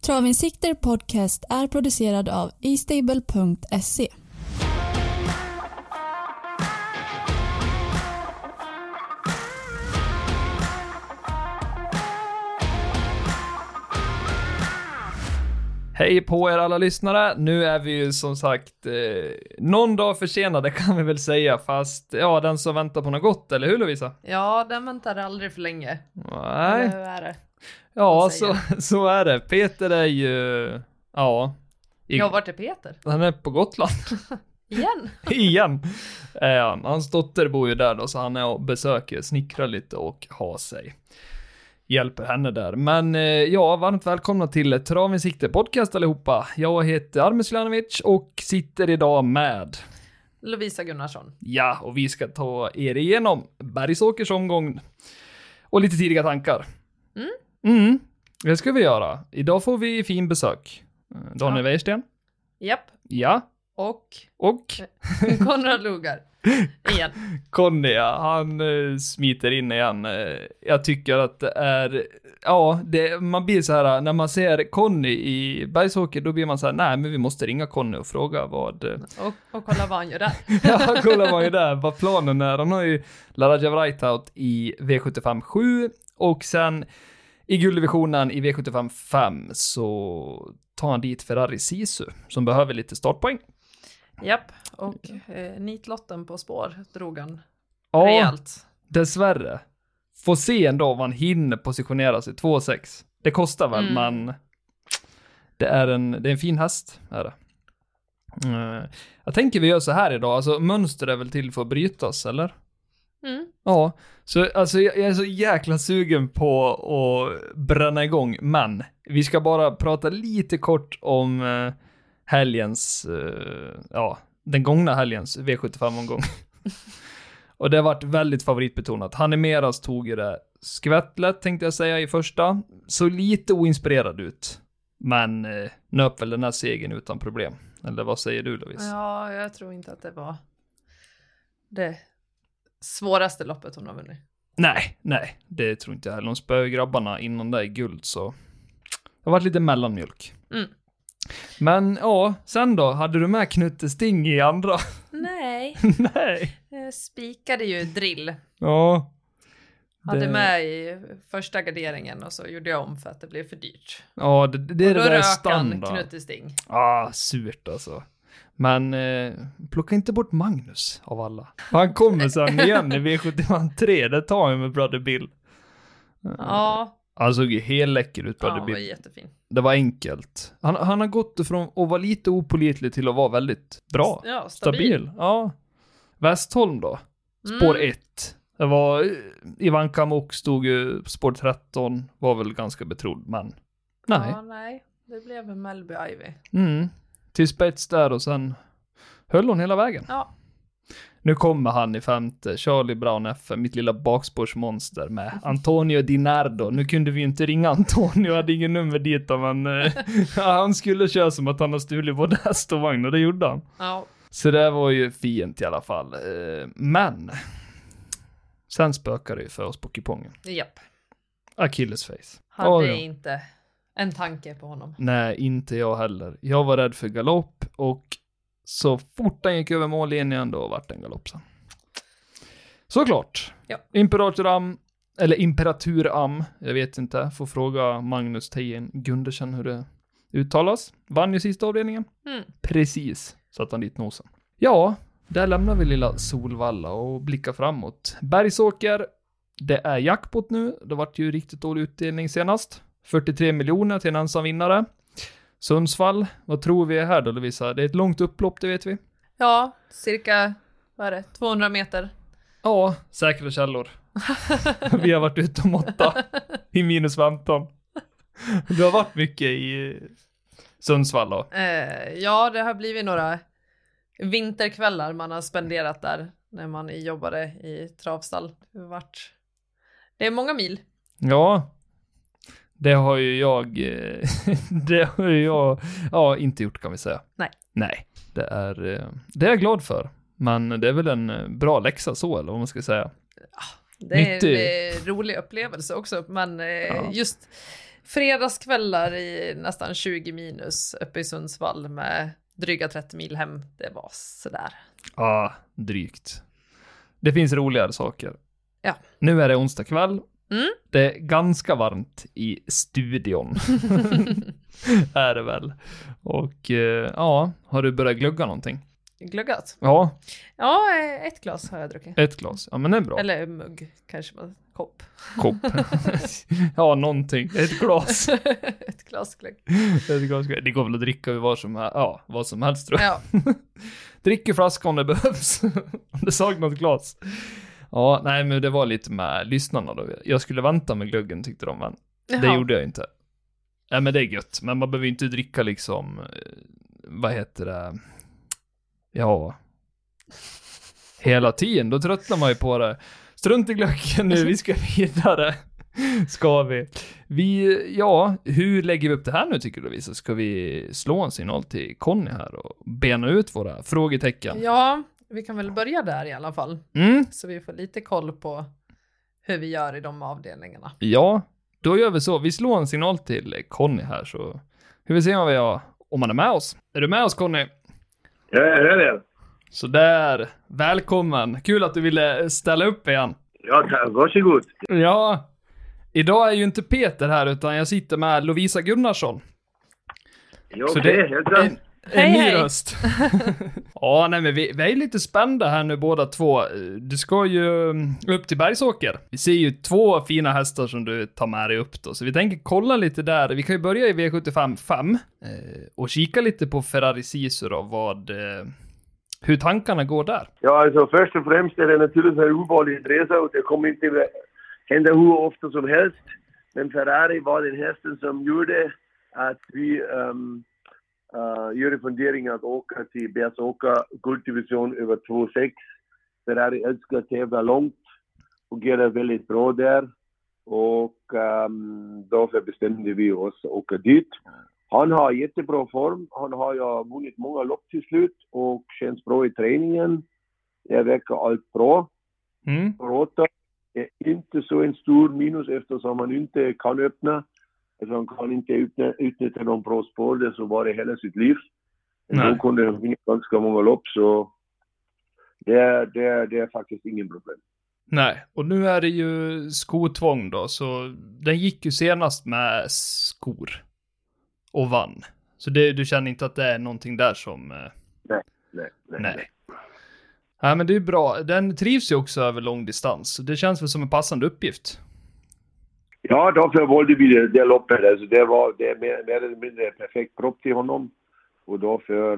Travinsikter podcast är producerad av eStable.se. Hej på er alla lyssnare, nu är vi ju som sagt någon dag försenade kan vi väl säga, fast ja, den som väntar på något gott, eller hur Lovisa? Ja, den väntar aldrig för länge. Nej. Eller hur är det? Ja, så är det. Peter är ju, ja. Ja, vart är Peter? Han är på Gotland. Igen. Hans dotter bor ju där då, så han är och besöker, snickrar lite och har sig. Hjälper henne där. Men ja, varmt välkomna till Travinsikter podcast allihopa. Jag heter Armes Ljanovic och sitter idag med Lovisa Gunnarsson. Ja, och vi ska ta er igenom Bergsåkers omgång och lite tidiga tankar. Det ska vi göra. Idag får vi fin besök. Daniel Wäjersten. Japp. Ja. Och Konrad Lugar. Igen. Conny, ja, han smiter in igen. Jag tycker att det är, ja, man blir så här, när man ser Conny i Bergsåker, då blir man så här, nej men vi måste ringa Conny och fråga vad... Och kolla vad han gör där. Ja, kolla vad han gör där, vad planen är. Han har ju Laradja Vrajtaut i V75 7 och sen i gulddivisionen i V75 5 så tar han dit Ferrari Sisu som behöver lite startpoäng. Japp, och nitlotten på spår drog han rejält. Dessvärre. Får se ändå om han hinner positionera sig 2,6. Det kostar väl, men det är en fin häst. Är det. Jag tänker vi gör så här idag. Alltså mönster är väl till för att brytas, eller? Ja, så alltså, jag är så jäkla sugen på att bränna igång. Men vi ska bara prata lite kort om... helgens, den gångna helgens V75-omgång. Och det har varit väldigt favoritbetonat. Hanimeras tog ju det skvättlet, tänkte jag säga, i första. Så lite oinspirerad ut. Men nöp väl den här segern utan problem. Eller vad säger du, Lovisa? Ja, jag tror inte att det var det svåraste loppet hon har vunnit. Nej, det tror inte jag heller. De spöar grabbarna innan det är guld, så det har varit lite mellanmjölk. Men ja, sen då, hade du med Knutte Sting i andra? Nej. Nej. Jag spikade ju drill. Ja. Hade med i första garderingen och så gjorde jag om för att det blev för dyrt. Ja, det är det där standard. Knutte Sting. Surt alltså. Men plocka inte bort Magnus av alla. Han kommer sen igen i V73, det tar jag med Brother Bill. Ja. Han såg ju helt läcker ut, Brother Bill. Ja, var jättefin. Det var enkelt. Han har gått ifrån att vara lite opålitlig till att vara väldigt bra. Ja, stabil. Ja. Westholm då. Spår 1. Det var Ivan Kamok stod ju spår 13. Var väl ganska betrodd, men nej. Ja, nej. Det blev en Melby Ivy. Till spets där och sen höll hon hela vägen. Ja. Nu kommer han i femte, Charlie Brown F, mitt lilla bakspårsmonster med Antonio Di Nardo. Nu kunde vi inte ringa Antonio, hade ingen nummer dit, men han skulle köra som att han har stulit både häst och vagn, och det gjorde han. Ja. Så det var ju fint i alla fall. Men sen spökade det ju för oss på kupongen. Japp. Achilles face. Hade inte en tanke på honom. Nej, inte jag heller. Jag var rädd för galopp, och så fort han gick över mållinjen då vart det en galopp sen. Såklart. Ja. Imperaturam, jag vet inte. Får fråga Magnus Tejen Gundersen hur det uttalas. Vann ju sista avdelningen. Precis, satt han dit nosen. Ja, där lämnar vi lilla Solvalla och blickar framåt. Bergsåker, det är jackpot nu. Det vart ju riktigt dålig utdelning senast. 43 miljoner till en ensam vinnare. Sundsvall, vad tror vi är här då, Lovisa? Det är ett långt upplopp, det vet vi. Ja, cirka, vad är det, 200 meter. Ja, säkra källor. Vi har varit ute och måtta i minus 15. Du har varit mycket i Sundsvall då? Ja, det har blivit några vinterkvällar man har spenderat där när man jobbade i travstall. Det är många mil. Ja, det har ju jag inte gjort, kan vi säga. Nej, det är jag glad för. Men det är väl en bra läxa så, eller vad man ska säga. Det är en rolig upplevelse också, men just Fredagskvällar i nästan 20 minus uppe i Sundsvall med dryga 30 mil hem. Det var sådär. Ja, drygt. Det finns roligare saker. Ja. Nu är det onsdag kväll. Mm. Det är ganska varmt i studion. Är det väl. Och ja, har du börjat glugga någonting? Gluggat? Ja. Ja, ett glas har jag druckit. Ett glas. Ja, men det är bra. Eller mugg, kanske man. Kopp. Ja, någonting. Ett glas. Ett glas glögg. Ett glas. Det går väl att dricka vad som helst tror jag. Ja. Drick i flaska om det behövs. Om det saknas glas. Ja, nej men det var lite med lyssnarna då. Jag skulle vänta med glöggen tyckte de, men det gjorde jag inte. Nej men det är gött. Men man behöver inte dricka liksom, vad heter det? Ja. Hela tiden, då tröttnar man ju på det. Strunt i glöggen nu, vi ska vidare. Ska vi? Hur lägger vi upp det här nu tycker du Lovisa? Ska vi slå en signal till Conny här och bena ut våra frågetecken? Ja, vi kan väl börja där i alla fall. Mm. Så vi får lite koll på hur vi gör i de avdelningarna. Ja, då gör vi så. Vi slår en signal till Conny här så hur vi ser om man är med oss. Är du med oss Conny? Ja, det är det. Så där, välkommen. Kul att du ville ställa upp igen. Ja, tack. Varsågod. Ja, idag är ju inte Peter här utan jag sitter med Lovisa Gunnarsson. Ja, så okej, det helt är rätt. en ny Hej. röst. Ja, nej men vi är lite spända här nu båda två. Du ska ju upp till Bergsåker. Vi ser ju 2 fina hästar som du tar med dig upp då. Så vi tänker kolla lite där. Vi kan ju börja i V75 5 och kika lite på Ferrari Sisu då. Hur tankarna går där. Ja, alltså först och främst är det naturligtvis en ovanlig resa och det kommer inte hända hur ofta som helst. Men Ferrari var den hästen som gjorde att vi gjorde funderingar att åka till Bergsåker gulddivision över 2,6. Ferrari älskar att tävla långt och fungerar väldigt bra där. Och därför bestämde vi oss att åka dit. Han har jättebra form. Han har ju vunnit många lopp till slut och känns bra i träningen. Det verkar allt bra. Rota är inte så en stor minus eftersom han inte kan öppna. Alltså han kan inte utnyttja de bra spår där så var det hela sitt liv. Då kunde han vinna ganska många lopp så det är faktiskt ingen problem. Nej, och nu är det ju skotvång då så den gick ju senast med skor och vann. Så du känner inte att det är någonting där som... Nej. Ja, men det är bra. Den trivs ju också över lång distans. Det känns väl som en passande uppgift. Ja, därför valde vi det loppet. Alltså det är mer eller mindre perfekt propp till honom. Och därför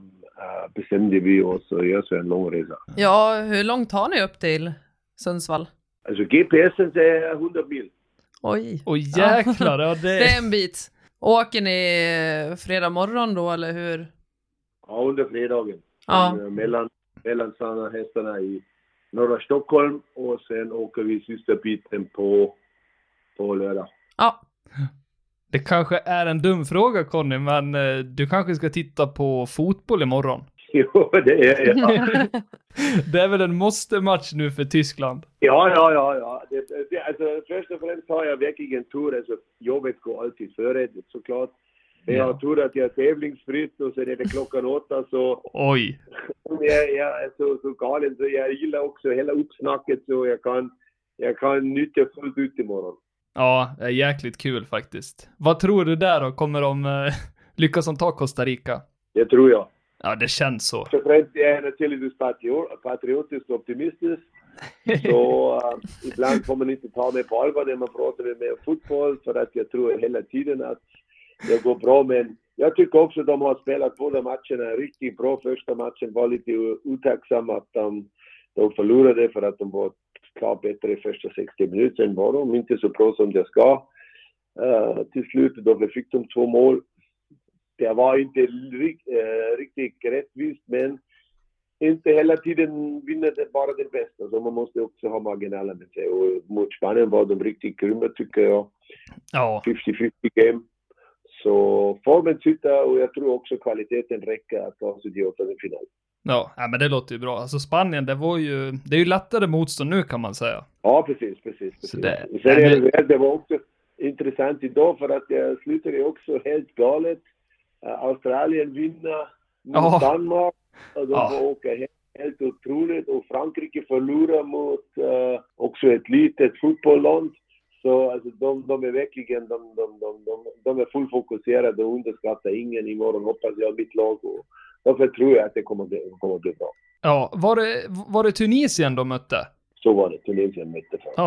bestämde vi oss att göra så en lång resa. Ja, hur långt har ni upp till Sundsvall? Alltså GPSen säger 100 mil. Oj. Oj jäklar, ja, det är en bit. Åker ni fredag morgon då, eller hur? Ja, under fredagen. Ja. Mellan sådana hästarna i norra Stockholm och sen åker vi sista biten på lördag. Ja. Det kanske är en dum fråga Conny, men du kanske ska titta på fotboll imorgon. Jo, det är jag. Det är väl en måste-match nu för Tyskland? Ja. Alltså, först och främst har jag verkligen tur. Alltså, jobbet går alltid före, såklart. Men jag har tur att jag är tävlingsfritt och sen är det klockan 8 så... Oj! Jag är så galen så jag gillar också hela uppsnacket så jag kan nyttja fullt ut imorgon. Ja, det är jäkligt kul faktiskt. Vad tror du där då? Kommer de lyckas de ta Costa Rica? Det tror jag. Ja, det känns så. Så främst är jag naturligtvis patriotisk och optimistisk. Så ibland får man inte ta mig på allvar när man pratar med fotboll för att jag tror hela tiden att det går bra. Men jag tycker också att de har spelat båda matcherna riktigt bra. Första matchen var lite otacksam att de förlorade för att de var klart bättre i första 60 minuter. Sen var de inte så bra som det ska. Till slut då fick de 2 mål. Det var inte riktigt rättvist, men inte hela tiden vinner det bara det bästa. Så man måste också ha marginaler med sig. Och mot Spanien var de riktigt grymma tycker jag. Ja. 50-50 game. Så formen sitter och jag tror också kvaliteten räcker att ta sig till åttondelsfinal. Ja, men det låter ju bra. Alltså Spanien, det är ju lättare motstånd nu kan man säga. Ja, precis. Så Sen det var också intressant idag för att jag slutade också helt galet. Australien vinner mot Danmark och de får åka helt otroligt, och Frankrike förlorar mot också ett litet fotbollsland. Så alltså, de är verkligen de är fullfokuserade och underskattar ingen. Imorgon hoppas jag mitt lag, och därför tror jag att det kommer att bli bra. Ja, var det Tunisien de mötte? Så var det, Tunisien mötte för.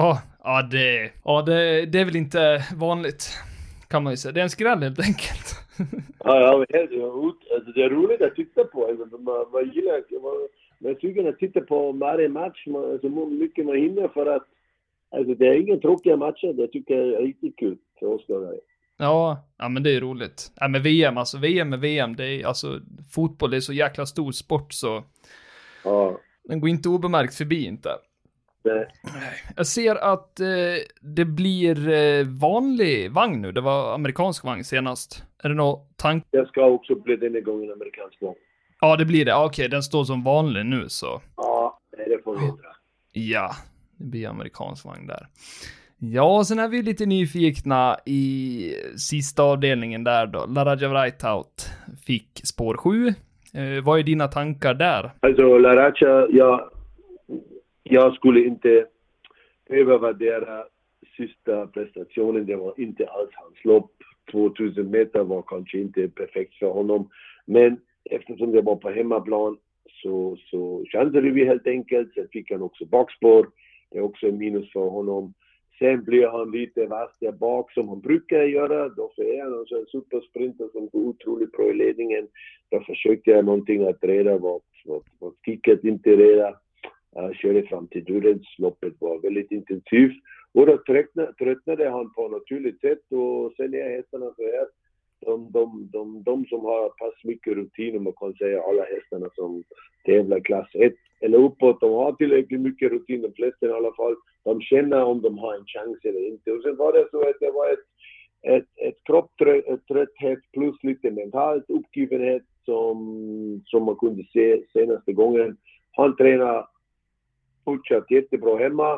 Det är väl inte vanligt, kan man ju säga. Det är en skräll helt enkelt. Ja, alltså, det är roligt att titta på. Alltså, man gillar, man är sugen att titta på varje match. Så mycket man hinner, för att alltså, det är ingen tråkiga matcher. Det tycker jag är riktigt kul för oss där. Ja, men det är roligt. Ja, men VM med VM, det är alltså fotboll, det är så jäkla stor sport, så den går inte obemärkt förbi inte. Nej. Jag ser att det blir vanlig vagn nu. Det var amerikansk vagn senast. Är det någon tanke? Det ska också bli denna gången amerikansk vagn. Ja, det blir det. Okej, den står som vanlig nu så. Ja, det får vi ändra. Ja, det blir amerikansk vagn där. Ja, sen är vi lite nyfikna i sista avdelningen där då. Laraja Vrajtaut fick spår 7. Vad är dina tankar där? Alltså Laraja, jag skulle inte övervärdera sista prestationen. Det var inte alls hans lopp. 2000 meter var kanske inte perfekt för honom. Men eftersom det var på hemmaplan så chansade vi helt enkelt. Sen fick han också bakspår. Det är också en minus för honom. Sen blir han lite vass där bak som han brukar göra. Då är han alltså en supersprinter som går otroligt bra i ledningen. Då försökte jag någonting att reda vad kicket inte reda. Körde fram till Durens. Loppet var väldigt intensivt. Och då tröttnade han på ett naturligt sätt. Och sen är hästarna så här. De som har pass mycket rutin, och man kan säga alla hästarna som tävlar klass 1 eller uppåt, de har tillräckligt mycket rutin, de flesta i alla fall. De känner om de har en chans eller inte. Och sen var det så att det var ett kropptrötthet plus lite mentalt uppgivenhet som man kunde se senaste gången. Han tränar fortsatt jättebra hemma.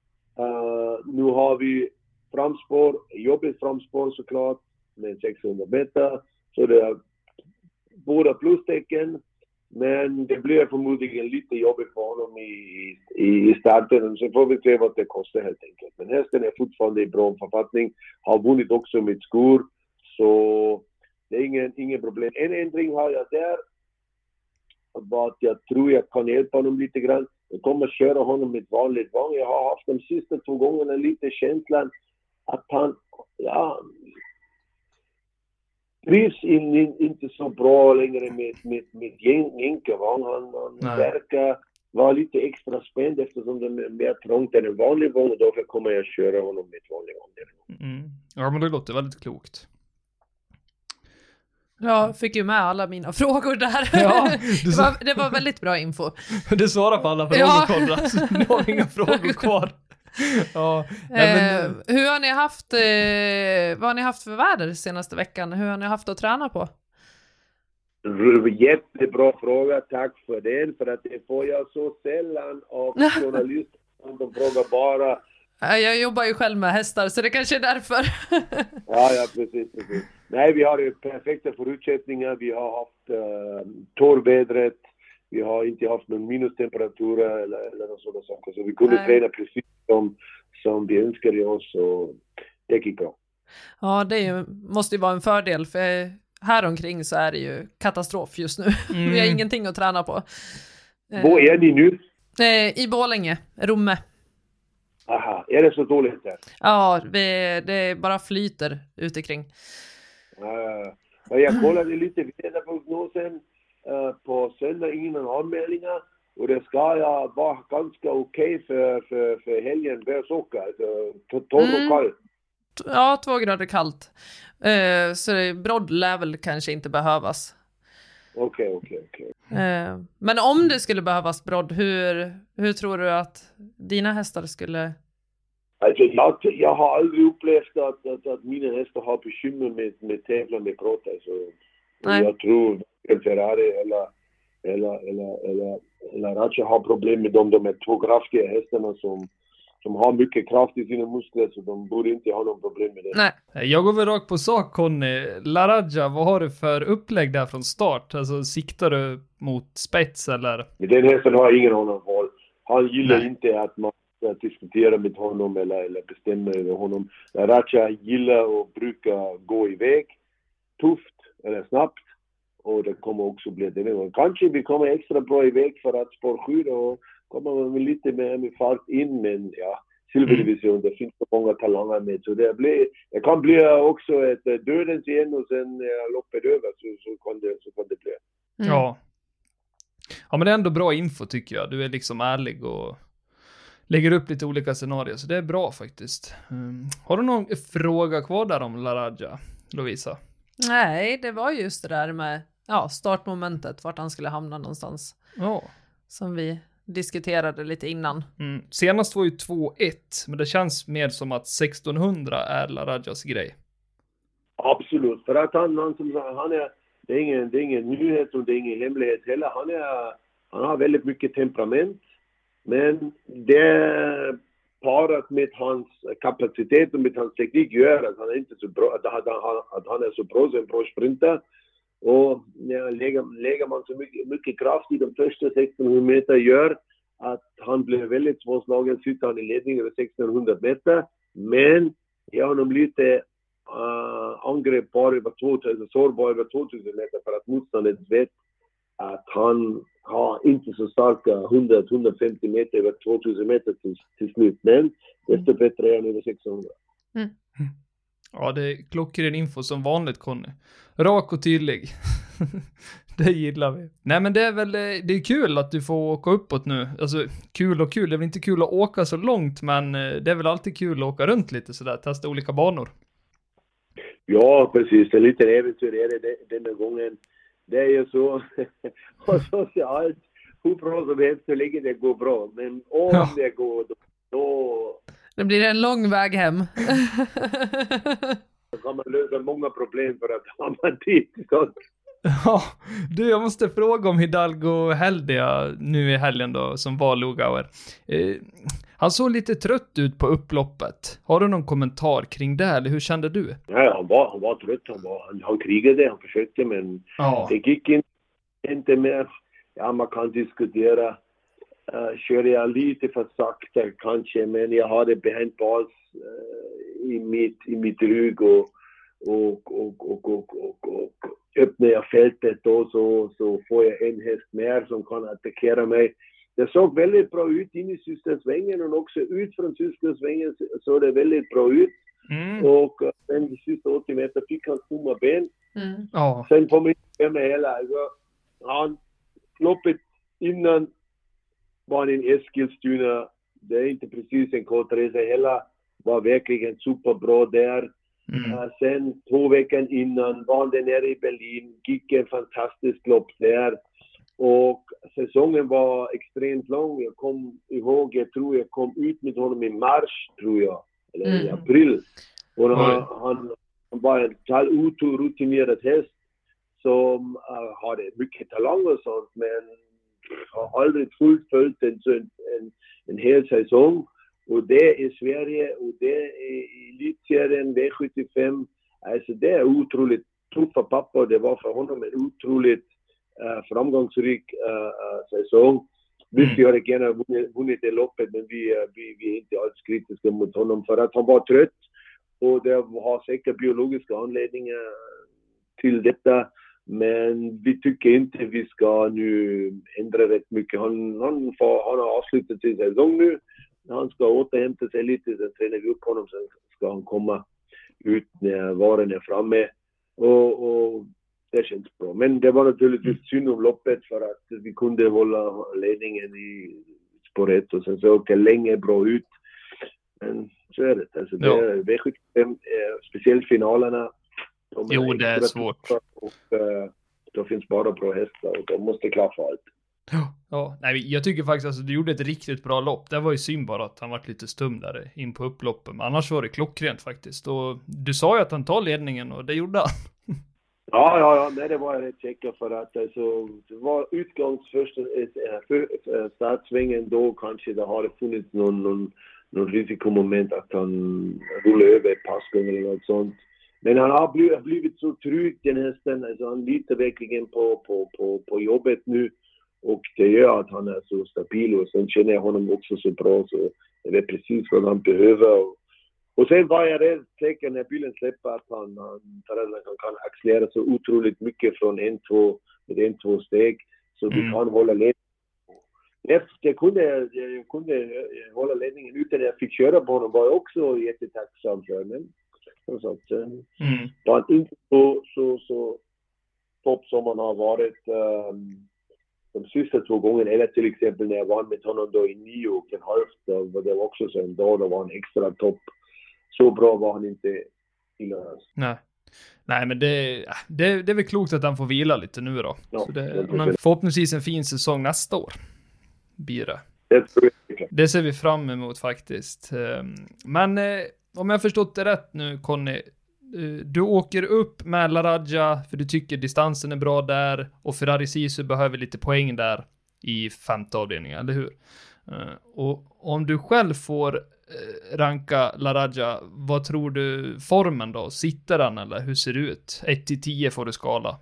Nu har vi framspår, jobbigt framspår såklart, med 600 meter. Så det är båda plustecken. Men det blir förmodligen lite jobbigt för honom i starten. Så får vi se vad det kostar helt enkelt. Men hästen är fortfarande i bra författning. Har vunnit också med skor. Så det är ingen problem. En ändring har jag där. Att jag tror jag kan hjälpa honom lite grann. Jag kommer köra honom med vanligt vagn. Jag har haft de sista 2 gångerna lite känslan att han trivs inte så bra längre med jänkarvagn. Han verkar vara lite extra spänd eftersom det är mer trångt än en vanlig vagn, och därför kommer jag köra honom med vanlig vagn. Ja, men det låter väldigt klokt. Jag fick ju med alla mina frågor där. Ja, det var väldigt bra info. Du svarar på alla frågor, Konrad. Nu har vi inga frågor kvar. Ja, hur har ni haft vad har ni haft för väder senaste veckan? Hur har ni haft att träna på? Jättebra fråga, tack för den, för att det får jag så sällan av journalister som de frågar bara. Jag jobbar ju själv med hästar, så det kanske är därför. Ja, precis. Nej, vi har ju perfekta förutsättningar. Vi har haft torrvädret. Vi har inte haft någon minustemperaturer eller något sådana saker. Så vi kunde träna precis som vi önskade oss, och det gick bra. Ja, det måste ju vara en fördel, för här omkring så är det ju katastrof just nu. Vi har ingenting att träna på. Var är ni nu? I Borlänge, Romme. Aha, är det så dåligt där? Ja, det bara flyter utikring. Jag kollade lite väderprognosen på söndag innan anmälningar, och det ska vara ganska okej för helgen Bärsåka, alltså torr och kallt. Ja, 2 grader kallt. Så brodd lär väl kanske inte behövas. Okej. Men om det skulle behövas brodd, hur tror du att dina hästar skulle... Alltså jag har aldrig upplevt att mina hästar har bekymmer med tävlan med brodd. Alltså, jag tror att Ferrari eller Raja har problem med de här 2 kraftiga hästarna som som har mycket kraft i sina muskler, så de borde inte ha någon problem med det. Nej. Jag går väl rakt på sak, Conny. Laradja, vad har du för upplägg där från start? Alltså, siktar du mot spets eller? Med den hästen har jag ingen annan val. Han gillar inte att man ska diskutera med honom eller bestämma över honom. Laradja gillar och brukar gå iväg tufft eller snabbt. Och det kommer också bli det. Kanske vi kommer extra bra iväg för att spår 7 och kommer man lite mer med fart in, men ja, silverdivision, det finns så många talanger med, så det kan bli också ett dödens igen och sen loppet över, så kan det bli. Ja, men det är ändå bra info tycker jag. Du är liksom ärlig och lägger upp lite olika scenarier, så det är bra faktiskt. Har du någon fråga kvar där om Laradja, Lovisa? Nej, det var just det där med startmomentet, vart han skulle hamna någonstans. Ja. Som vi diskuterade lite innan. Senast var ju 2-1, men det känns mer som att 1600 är Laradjas grej. Absolut, för att han är, det är ingen nyhet och det är ingen hemlighet heller. Han har väldigt mycket temperament, men det parat med hans kapacitet och med hans teknik gör att han är inte så bra, att han är så bra som en bra sprinter. Och lägger man så mycket kraft i de första 1600 meter gör att han blir väldigt svårslagen, sitter han i ledning över 1600 meter, men ger honom lite angreppbar över 2000, sårbar över 2000 meter, för att motståndet vet att han har inte så starka 100-150 meter över 2000 meter till slut, men desto bättre är han över 600. Ja, det är klockren info som vanligt, Conny. Rak och tydlig. Det gillar vi. Nej, men det är kul att du får åka uppåt nu. Alltså, kul, det är väl inte kul att åka så långt, men det är väl alltid kul att åka runt lite sådär, testa olika banor. Ja, precis. En liten äventyr är det denna gången. Det är ju så, och så ser allt hur bra som helst så länge det går bra. Men om det går då... Det blir en lång väg hem. Då kan man lösa många problem för att ha man tid. Ja, jag måste fråga om Hidalgo Heldia nu i helgen då, som var Lugauer. Han såg lite trött ut på upploppet. Har du någon kommentar kring det, eller hur kände du? Nej, han var trött. Han krigade, han försökte, men det gick inte mer. Ja, man kan diskutera. Kör jag lite för sakta kanske, men jag hade behind bars i mitt rygg och öppnar jag fältet då så får jag en häst mer som kan attackera mig. Det såg väldigt bra ut in i systersvängen, och också ut från systersvängen såg det väldigt bra ut. Och sen de sista 80 meter fick han stumma ben. Sen kom jag med hela. Alltså, han loppet innan var en Eskilstuna. Det är inte precis en kort resa heller. Var verkligen superbra där. Sen 2 veckor innan var det nere i Berlin. Gick en fantastisk lopp där. Och säsongen var extremt lång. Jag kom ihåg, jag tror jag kom ut med honom i mars, tror jag. Eller i april. Och han var en rutinerad häst som hade mycket talang och sånt, men har aldrig fullföljt en hel säsong. Och det är Sverige och det är elitserien V75. Alltså det är otroligt tuffa papper. Det var för honom en otroligt framgångsrik säsong. Vi hade gärna vunnit det loppet, men vi är inte alls kritiska mot honom för att han var trött. Och det har säkert biologiska anledningar till detta. Men vi tycker inte vi ska nu ändra rätt mycket. Han har avslutat sin säsong nu. Han ska återhämta sig lite, sen tränar vi upp honom, sen ska han komma ut när varen är framme. Och det känns bra. Men det var naturligtvis synd om loppet för att vi kunde hålla ledningen i spår 1 och sen så åka länge bra ut. Men så är det. Alltså det är V75, speciellt finalerna. Det är svårt. Och då finns bara bra hästar och de måste klaffa allt. Ja, nej, jag tycker faktiskt att alltså, du gjorde ett riktigt bra lopp. Det var ju synd bara att han var lite stum där in på upploppen. Men annars var det klockrent faktiskt. Och du sa ju att han tar ledningen och det gjorde han. Ja, nej, det var jag rätt säker för att alltså, det var utgångs första startsvängen då kanske det har funnits något risikomoment att han rullar över passgång eller något sånt. Men han har blivit så trygg den hästen, alltså han litar verkligen på jobbet nu och det gör att han är så stabil och sen känner jag honom också så bra så det är precis vad han behöver. Och sen var jag rädd säker när bilen släpper att han kan accelerera så otroligt mycket från 1-2 steg så vi kan hålla ledningen. Jag kunde hålla ledningen utan att jag fick köra på honom var jag också jättetacksam för. Men som sagt, var han inte så topp som han har varit de sista 2 gångerna. Eller till exempel när jag vann med honom då i 9,5. Det var också så en dag då var han extra topp. Så bra var han inte i lördags. Nej, men det är väl klokt att han får vila lite nu då. Ja, så förhoppningsvis en fin säsong nästa år. Blir det. Det ser vi fram emot faktiskt. Men om jag har förstått det rätt nu, Conny, du åker upp med LaRaggia för du tycker distansen är bra där och Ferrari Sisu behöver lite poäng där i 5:e avdelningen, eller hur? Och om du själv får ranka LaRaggia, vad tror du formen då? Sitter den eller hur ser det ut? 1-10 får du skala.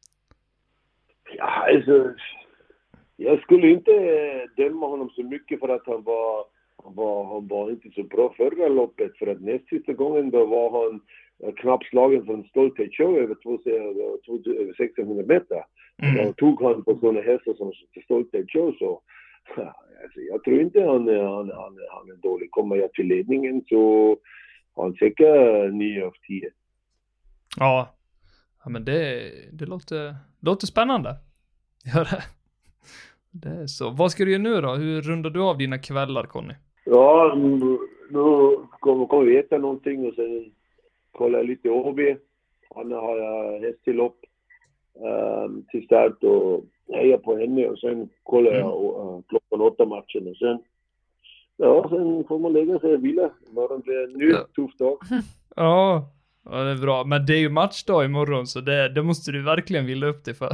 Ja, alltså jag skulle inte döma honom så mycket för att han var inte så bra förra loppet för att näst sista gången då var han knappt slagen från Stolthet Show över 1600 meter. Då tog han på sådana hästar som Stolthet Show så alltså, jag tror inte han är dålig. Kommer jag till ledningen så har han säkert 9 av 10. Ja men det låter spännande. Gör det. Det är så. Vad ska du göra nu då? Hur rundar du av dina kvällar, Conny? Ja, nu kommer vi äta någonting och sen kollar jag lite OB. Han har jag häst till lopp till start och hejar på henne och sen kollar jag klockan 8 matchen och sen får man lägga sig och vila. Imorgon blir en ny tuff dag. Ja, det är bra. Men det är ju matchdag imorgon så det måste du verkligen vila upp dig för.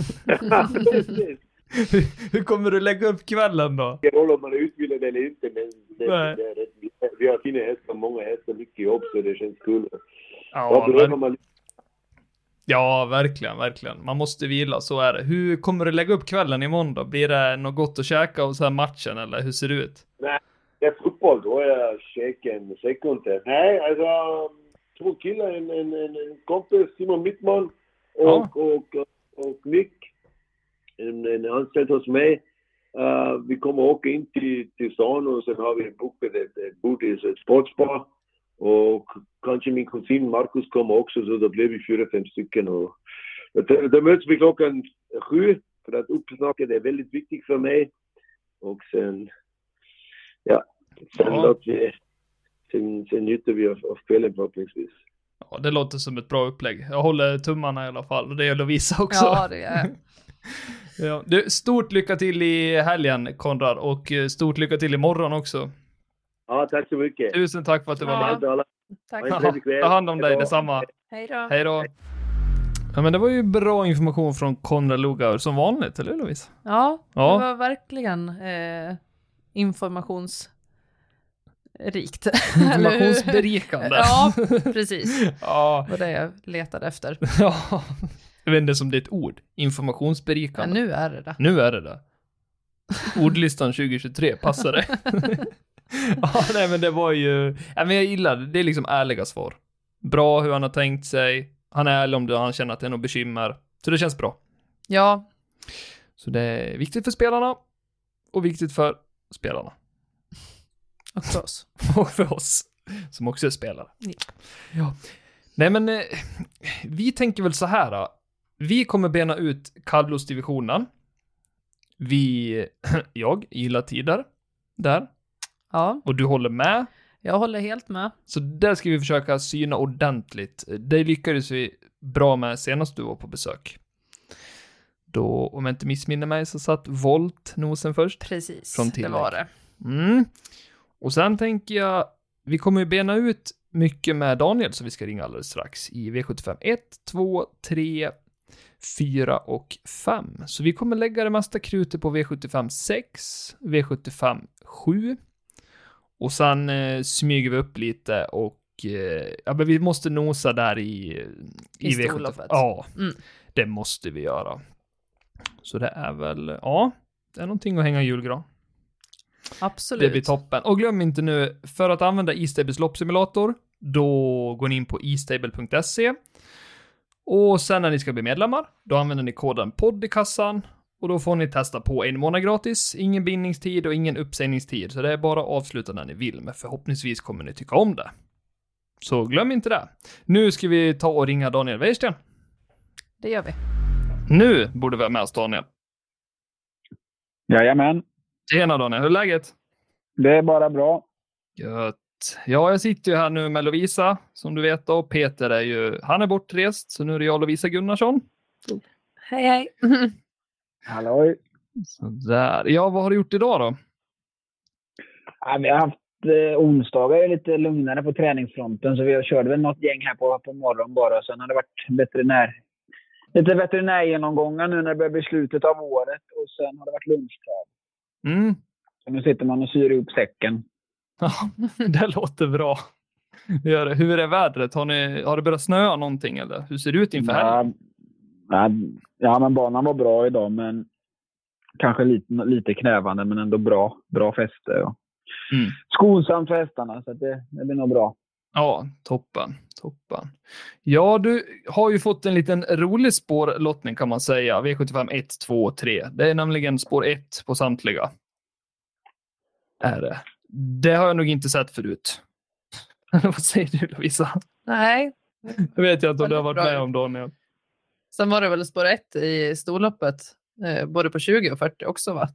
Hur kommer du lägga upp kvällen då? Jag roll om man är utvilad eller inte, men vi har fina hästar, många hästar, mycket jobb så det känns kul. Ja, verkligen. Man måste vila, så är det. Hur kommer du lägga upp kvällen imorgon då? Blir det något gott att käka och så här matchen eller hur ser det ut? Nej, det är fotboll, då är jag käken sekund. Nej, alltså 2 killar, en kompis, Simon Mittman och Nick. En anställd hos mig. Vi kommer åka in till stan och sen har vi bokat ett bord i ett sportsbar. Och kanske min kusin Marcus kommer också så då blir vi 4-5 stycken. Och då möts vi klockan 7 för att uppsnacka det är väldigt viktigt för mig. Och sen sen njuter vi av kvällen förhoppningsvis. Ja, det låter som ett bra upplägg. Jag håller tummarna i alla fall och det är Lovisa också. Ja, det är. Ja, stort lycka till i helgen, Konrad, och stort lycka till imorgon också. Ja, tack så mycket. Tusen tack för att du var med. Tack. Ta hand om dig, detsamma. Hej då. Ja, men det var ju bra information från Konrad Lugauer som vanligt, eller hur Lovisa? Ja, det var verkligen informationsrikt. Informationsberikande. Ja, precis. Ja. Det var det jag letade efter. Ja, jag vet inte som det är ett ord. Informationsberikande. Men nu är det det. Nu är det det. Ordlistan 2023, passar det? Ja, nej men det var ju... Ja, men jag gillar det. Det är liksom ärliga svar. Bra hur han har tänkt sig. Han är ärlig om det, han känner att det är något bekymmer. Så det känns bra. Ja. Så det är viktigt för spelarna. Och viktigt för spelarna. Och för oss. Och för oss. Som också är spelare. Ja. Nej men vi tänker väl så här då. Vi kommer bena ut kallblodsdivisionen. Jag gillar tider. Där. Ja. Och du håller med. Jag håller helt med. Så där ska vi försöka syna ordentligt. Det lyckades vi bra med senast du var på besök. Då, om jag inte missminner mig, så satt Volt nosen först. Precis, det var det. Och sen tänker jag, vi kommer ju bena ut mycket med Daniel som vi ska ringa alldeles strax i V75 1, 2, 3, 4 och 5. Så vi kommer lägga det mesta krutet på V75 6, V75 7 Och sen smyger vi upp lite och men vi måste nosa där i storloppet. Ja, det måste vi göra. Så det är väl, det är någonting att hänga i julgran. Absolut. Det blir toppen. Och glöm inte nu, för att använda eStables loppsimulator, då går ni in på estable.se. Och sen när ni ska bli medlemmar, då använder ni koden podd i kassan. Och då får ni testa på 1 månad gratis, ingen bindningstid och ingen uppsägningstid. Så det är bara att avsluta när ni vill, men förhoppningsvis kommer ni tycka om det. Så glöm inte det. Nu ska vi ta och ringa Daniel Weirsten. Det gör vi. Nu borde vi ha med oss Daniel. Jajamän. Tjena Daniel, hur är läget? Det är bara bra. Gött. Ja, jag sitter ju här nu med Lovisa, som du vet då. Peter han är bortrest, så nu är det jag och Lovisa Gunnarsson. Hej. Halloj. Sådär. Ja, vad har du gjort idag då? Ja, vi har haft onsdagar lite lugnare på träningsfronten, så vi körde väl något gäng här på morgonen bara. Sen har det varit lite veterinärgenomgångar nu när det börjar bli slutet av året, och sen har det varit lunchträning. Så nu sitter man och syr ihop säcken. Ja, det låter bra. Hur är vädret? Har det börjat snöa någonting eller? Hur ser det ut inför helgen? Ja, men banan var bra idag, men kanske lite knävande, men ändå bra fäste. Och skonsamt för hästarna, så att det blir nog bra. Ja, toppen. Ja, du har ju fått en liten rolig spårlottning kan man säga. V75 1, 2, 3. Det är nämligen spår 1 på samtliga. Är det. Det har jag nog inte sett förut. Vad säger du, Lovisa? Nej. Jag vet inte om du har varit med om, Daniel. Sen var det väl spår 1 i storloppet. Både på 20 och 40 också, va?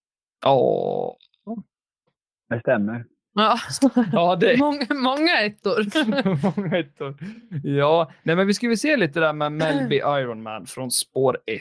Ja. Det stämmer. Ja, det många ettor. Många ettor. Ja, nej, men vi ska väl se lite där med Melby Ironman från spår 1.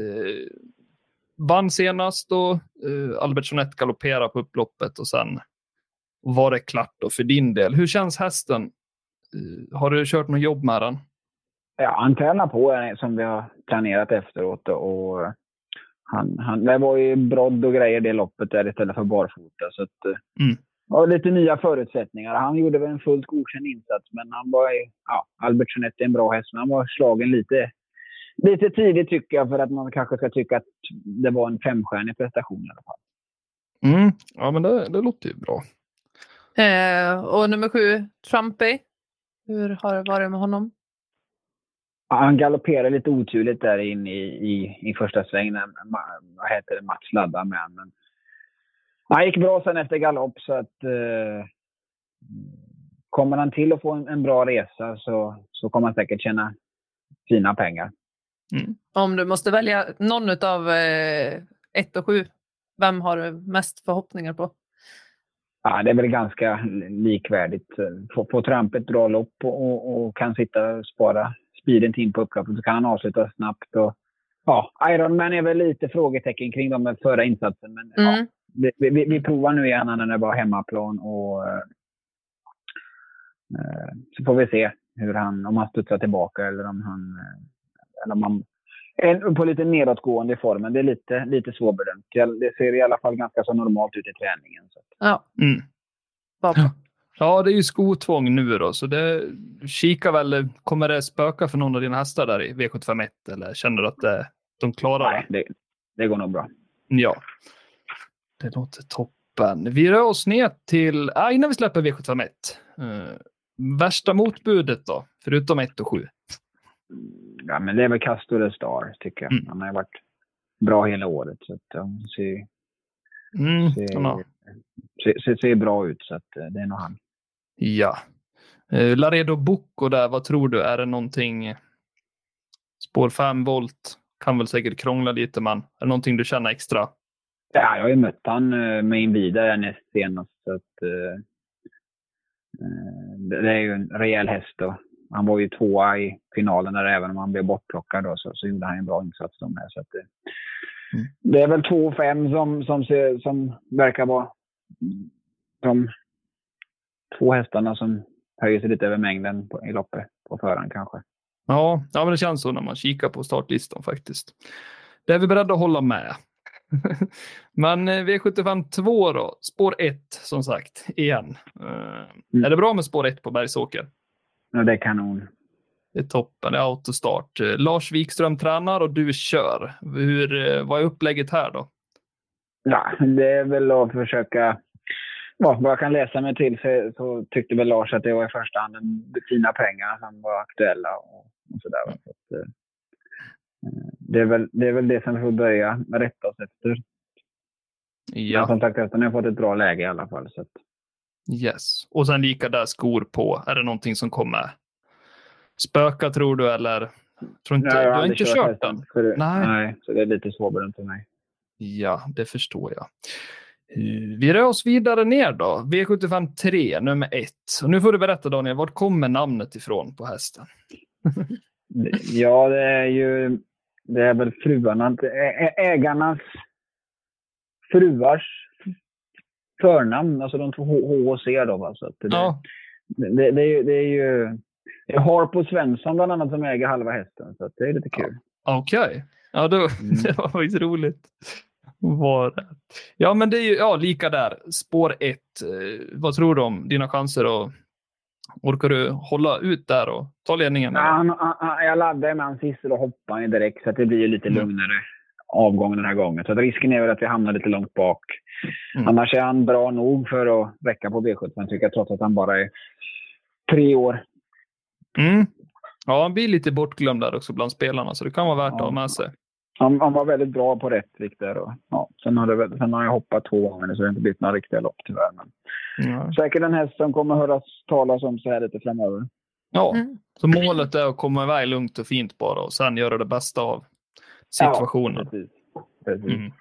Vann senast då. Albert Jeanette galopperar på upploppet och sen var det klart då för din del. Hur känns hästen? Har du kört något jobb med den? Ja, han tränar på som vi har planerat efteråt, och det var ju brodd och grejer det loppet där istället för barfota, så att och lite nya förutsättningar. Han gjorde väl en fullt godkänd insats, men han var Albert Jeanette är en bra häst, men han var slagen lite tidigt tycker jag, för att man kanske ska tycka att det var en 5-stjärnig prestation i alla fall. Ja, men det låter ju bra. Och nummer 7, Trumpy. Hur har det varit med honom? Ja, han galopperade lite oturligt där in i första sväng när Mats laddade med. Men han gick bra sen efter galopp, så att kommer han till att få en bra resa så kommer han säkert tjäna fina pengar. Om du måste välja någon av 1 och 7, vem har du mest förhoppningar på? Ja, det är väl ganska likvärdigt. Få Trump ett bra lopp och kan sitta och spara speeden in på upploppet, så kan han avsluta snabbt. Och, Ironman är väl lite frågetecken kring dem med förra insatsen, men vi provar nu igen när det var hemmaplan, och så får vi se om han studsar tillbaka eller om han är på lite nedåtgående i formen. Det är lite svårbedömt. Det ser i alla fall ganska så normalt ut i träningen. Så. Ja. Ja, det är ju skotvång nu då, så kika väl, kommer det spöka för någon av dina hästar där i V751, eller känner du att de klarar det? Nej, det går nog bra. Ja, det låter toppen. Vi rör oss ner till, innan vi släpper V751, värsta motbudet då, förutom 1 och 7. Ja, men det är väl Castor Star, tycker jag. Han har ju varit bra hela året, så att de ser bra ut, så att det är nog han. Ja. Laredo Bocco där, vad tror du? Är det någonting, spår 5 volt kan väl säkert krångla lite, man. Är det någonting du känner extra? Ja, jag har ju mött han med Invida näst senast, så att det är ju en rejäl häst, och han var ju 2 i finalen där, även om han blev bortplockad då, så gjorde han en bra insats då med, så att det är väl 2-5 som verkar vara de 2 hästarna som höjer sig lite över mängden i loppet på förhand kanske. Ja, men det känns så när man kikar på startlistan faktiskt. Det är vi beredda att hålla med. Men V75 2 då, spår 1 som sagt, igen. Är det bra med spår 1 på Bergsåker? Ja, det är kanon. Det är toppen, det är autostart. Lars Wikström tränar och du kör. Vad är upplägget här då? Ja, det är väl att försöka... Ja, vad jag kan läsa mig till så tyckte väl Lars att det var i första hand fina pengar som var aktuella och sådär. Så att, det är väl det som vi får börja rätta oss efter. Ja. Men som sagt, jag har fått ett bra läge i alla fall. Så att... Yes. Och sen lika där skor på. Är det någonting som kommer spöka tror du eller? Tror inte, Nej, du har inte kört den? Nej, så det är lite svårbedömt för mig. Ja, det förstår jag. Vi rör oss vidare ner då. V75 3, nummer 1. Och nu får du berätta Daniel, vart kommer namnet ifrån på hästen? Ja, det är väl fruarna, ägarnas fruars förnamn, alltså de två H och C då. Va? Så att det är ju Harpo Svensson bland annat som äger halva hästen, så att det är lite kul. Okej. Ja, det var faktiskt roligt. Ja, men det är ju lika där. Spår 1. Vad tror du om dina chanser och orkar du hålla ut där och ta ledningen? Jag laddade med hans sista och hoppade direkt så att det blir lite lugnare avgång den här gången. Så att risken är väl att vi hamnar lite långt bak. Annars är han bra nog för att räcka på V75 tycker jag, trots att han bara är 3 år. Ja, han blir lite bortglömd där också bland spelarna, så det kan vara värt att ha med sig. Han var väldigt bra på rätt vikt där. Och, sen har jag hoppat 2 gånger så det har inte blivit några riktiga lopp tyvärr. Men säkert en häst som kommer höras talas om så här lite framöver. Ja, så målet är att komma iväg lugnt och fint bara och sen göra det bästa av situationen. Ja, precis.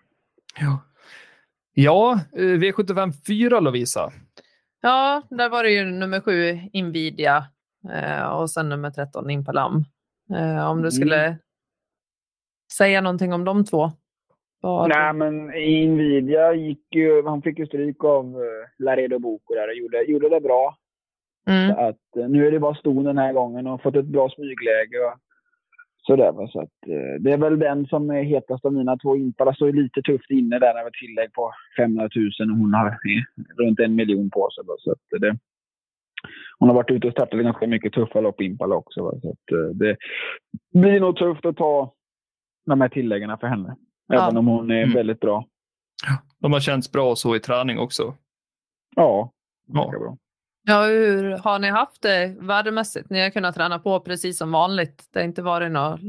Ja, V75 4 Lovisa. Ja, där var det ju nummer 7 Invidia och sen nummer 13 Impalam. Om du skulle säga någonting om de två? Nej, men Invidia han fick ju stryk av Laredo Boko där och gjorde det bra. Så att, nu är det bara ston den här gången och fått ett bra smygläge och sådär. Så att, det är väl den som är hetast av mina 2. Impala står lite tufft inne där med tillägg på 500 000 och hon har runt 1 miljon på sig. Så att hon har varit ute och startat ganska mycket tuffa lopp Impala också. Så att, det blir nog tufft att ta de här tilläggen för henne. Även om hon är väldigt bra. De har känts bra så i träning också. Ja, bra. Ja, hur har ni haft det värdemässigt? Ni har kunnat träna på precis som vanligt. Det har inte varit något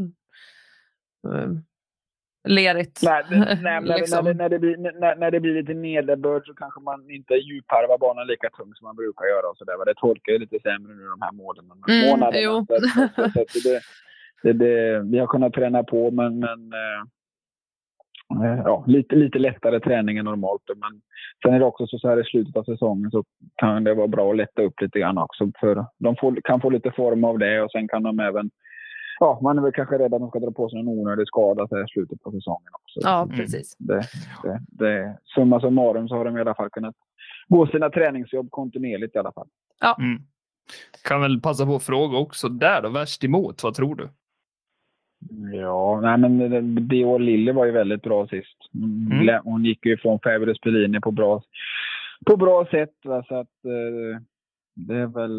lerigt. När det blir lite nederbörd så kanske man inte djupharvar banan lika tung som man brukar göra. Och så där. Det tolkar ju lite sämre nu de här månaderna. Vi har kunnat träna på men lite lättare träning än normalt. Men sen är det också så här i slutet av säsongen så kan det vara bra att lätta upp lite grann också. För de kan få lite form av det och sen kan de även man är väl kanske rädd att de ska dra på sig en onödig skada så här i slutet på säsongen också. Ja, precis. Det summa summarum så har de i alla fall kunnat gå sina träningsjobb kontinuerligt i alla fall. Ja. Kan väl passa på att fråga också där då, värst emot, vad tror du? Ja, nej men Dior Lille var ju väldigt bra sist. Hon gick ju från Fabulous Bellini på bra sätt. Va? Så att det är väl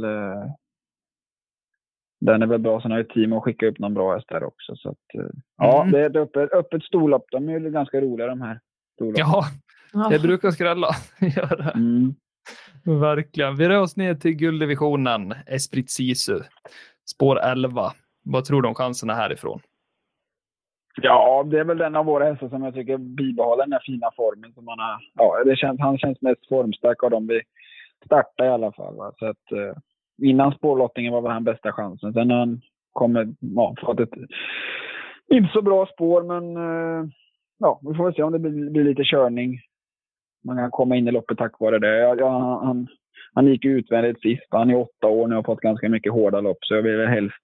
den är väl bra. Sen har ju team att skicka upp någon bra häst där också. Så att, det är ett öppet storlopp. De är ju ganska roliga de här storloppen. Ja, det brukar skrälla. Verkligen. Vi rör oss ner till gulddivisionen. Esprit Sisu. Spår 11. Vad tror du om chanserna härifrån? Ja, det är väl den av våra hästar som jag tycker bibehåller den här fina formen som man har. Ja, han känns mest formstark av dem vi startar i alla fall. Va? Så att innan spårlottningen var väl han bästa chansen. Sen har han fått ett inte så bra spår, men vi får se om det blir lite körning. Man kan komma in i loppet tack vare det. Han gick utvändigt sist. Han är 8 år nu och har fått ganska mycket hårda lopp. Så jag vill helst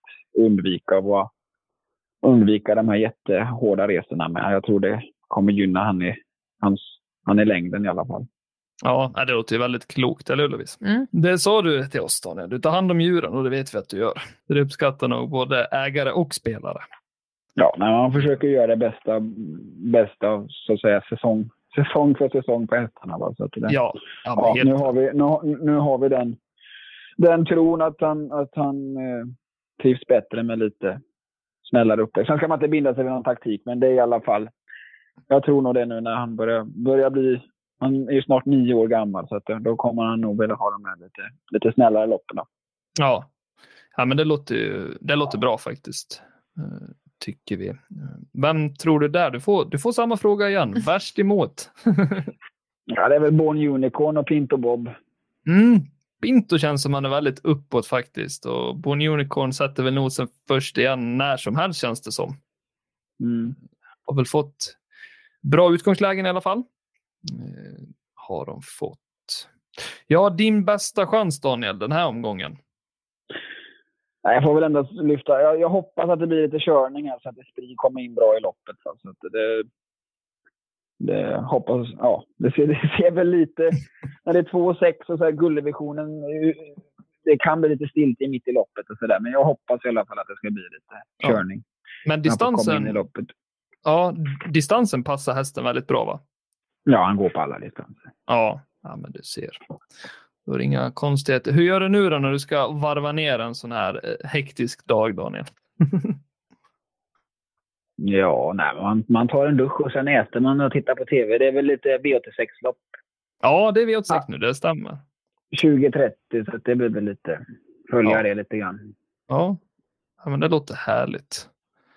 undvika de här jättehårda resorna med. Jag tror det kommer gynna han i längden i alla fall. Ja, det låter ju väldigt klokt, eller Ullevis? Det sa du till oss, Daniel. Du tar hand om djuren och det vet vi att du gör. Det uppskattar nog både ägare och spelare. Ja, när man försöker göra det bästa av så att säga säsong för säsong på hästarna. Va? Så att det, nu har vi den tron att han trivs bättre med lite snällare upplägg. Sen ska man inte binda sig vid någon taktik, men det är i alla fall, jag tror nog det nu när han börjar bli, han är ju snart 9 år gammal, så att då kommer han nog vilja ha de här lite snällare loppen. Ja, men det låter bra faktiskt, tycker vi. Vem tror du där? Du får samma fråga igen. Värst emot. Ja, det är väl Born Unicorn och Pinto Bob. Pinto känns som han är väldigt uppåt faktiskt. Och Born Unicorn sätter väl nosen först igen när som helst, känns det som. Har väl fått bra utgångslägen i alla fall. Har de fått. Ja, din bästa chans, Daniel, den här omgången. Jag får väl ändå lyfta. Jag hoppas att det blir lite körning här så att det kommer in bra i loppet. Så att det hoppas, ja, det ser väl lite när det är 2,6 och så här gulddivisionen, det kan bli lite stilt i mitt i loppet och så där, men jag hoppas i alla fall att det ska bli lite körning. Men distansen passar hästen väldigt bra, va? Ja, han går på alla distanser. Ja, men du ser. Då är det inga konstigheter. Hur gör du nu då när du ska varva ner en sån här hektisk dag, Daniel? Ja, man tar en dusch och sen äter man och tittar på tv. Det är väl lite V86-lopp. Ja, det är V86 nu, det stämmer. 20:30, så det blir väl lite följa det lite grann. Ja, men det låter härligt.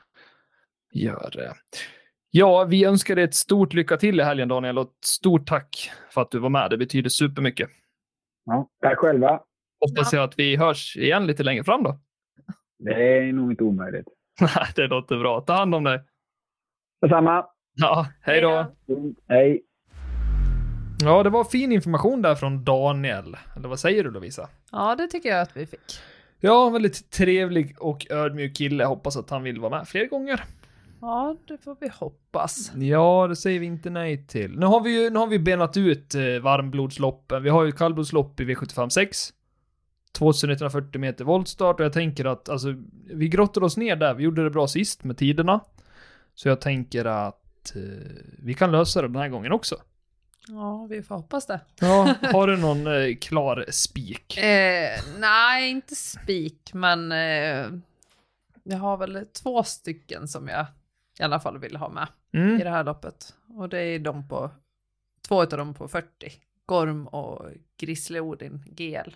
Gör det. Ja, vi önskar dig ett stort lycka till i helgen, Daniel, och ett stort tack för att du var med. Det betyder supermycket. Ja, tack själva. Hoppas jag att vi hörs igen lite längre fram då. Det är nog inte omöjligt. Nej, det låter bra. Ta hand om dig. Detsamma. Ja, hej då. Hej. Ja, det var fin information där från Daniel. Eller vad säger du, Lovisa? Ja, det tycker jag att vi fick. Ja, väldigt trevlig och ödmjuk kille. Jag hoppas att han vill vara med fler gånger. Ja, det får vi hoppas. Ja, det säger vi inte nej till. Nu har vi benat ut varmblodsloppen. Vi har ju kallblodslopp i V75-6. 2140 meter voltstart, och jag tänker att vi grottade oss ner där. Vi gjorde det bra sist med tiderna. Så jag tänker att vi kan lösa det den här gången också. Ja, vi får hoppas det. Ja, har du någon klar spik? Nej, inte spik, men jag har väl 2 stycken som jag i alla fall vill ha med i det här loppet. Och det är 2 av dem på 40. Gorm och Grizzly Odin GL.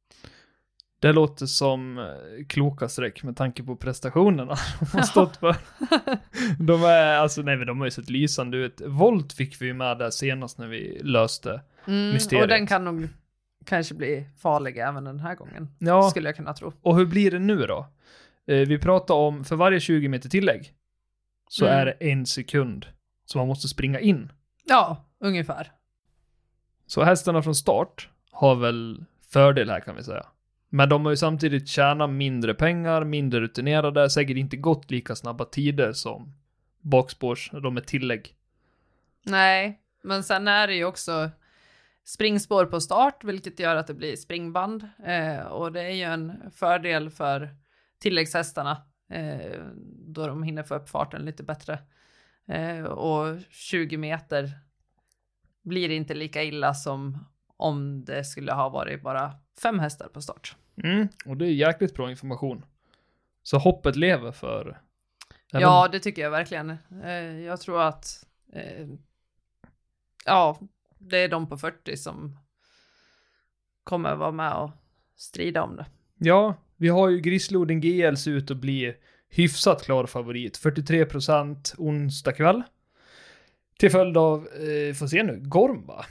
Det låter som kloka streck med tanke på prestationerna de har stått för. De har ju sett lysande ut. Volt fick vi ju med där senast när vi löste mysteriet. Och den kan nog kanske bli farlig även den här gången. Ja. Skulle jag kunna tro. Och hur blir det nu då? Vi pratar om för varje 20 meter tillägg så är det 1 sekund som man måste springa in. Ja, ungefär. Så hästarna från start har väl fördel här, kan vi säga. Men de har ju samtidigt tjänat mindre pengar, mindre rutinerade, säkert inte gått lika snabba tider som bakspårs, de är tillägg. Nej, men sen är det ju också springspår på start, vilket gör att det blir springband. Och det är ju en fördel för tilläggshästarna då de hinner få upp farten lite bättre. Och 20 meter blir inte lika illa som om det skulle ha varit bara 5 hästar på start. Och det är jäkligt bra information. Så hoppet lever för... Ja, det tycker jag verkligen. Jag tror att det är de på 40 som kommer vara med och strida om det. Ja, vi har ju Grizzlodin GL ser ut att bli hyfsat klar favorit. 43% onsdag kväll. Till följd av, får se nu, Gorm, va?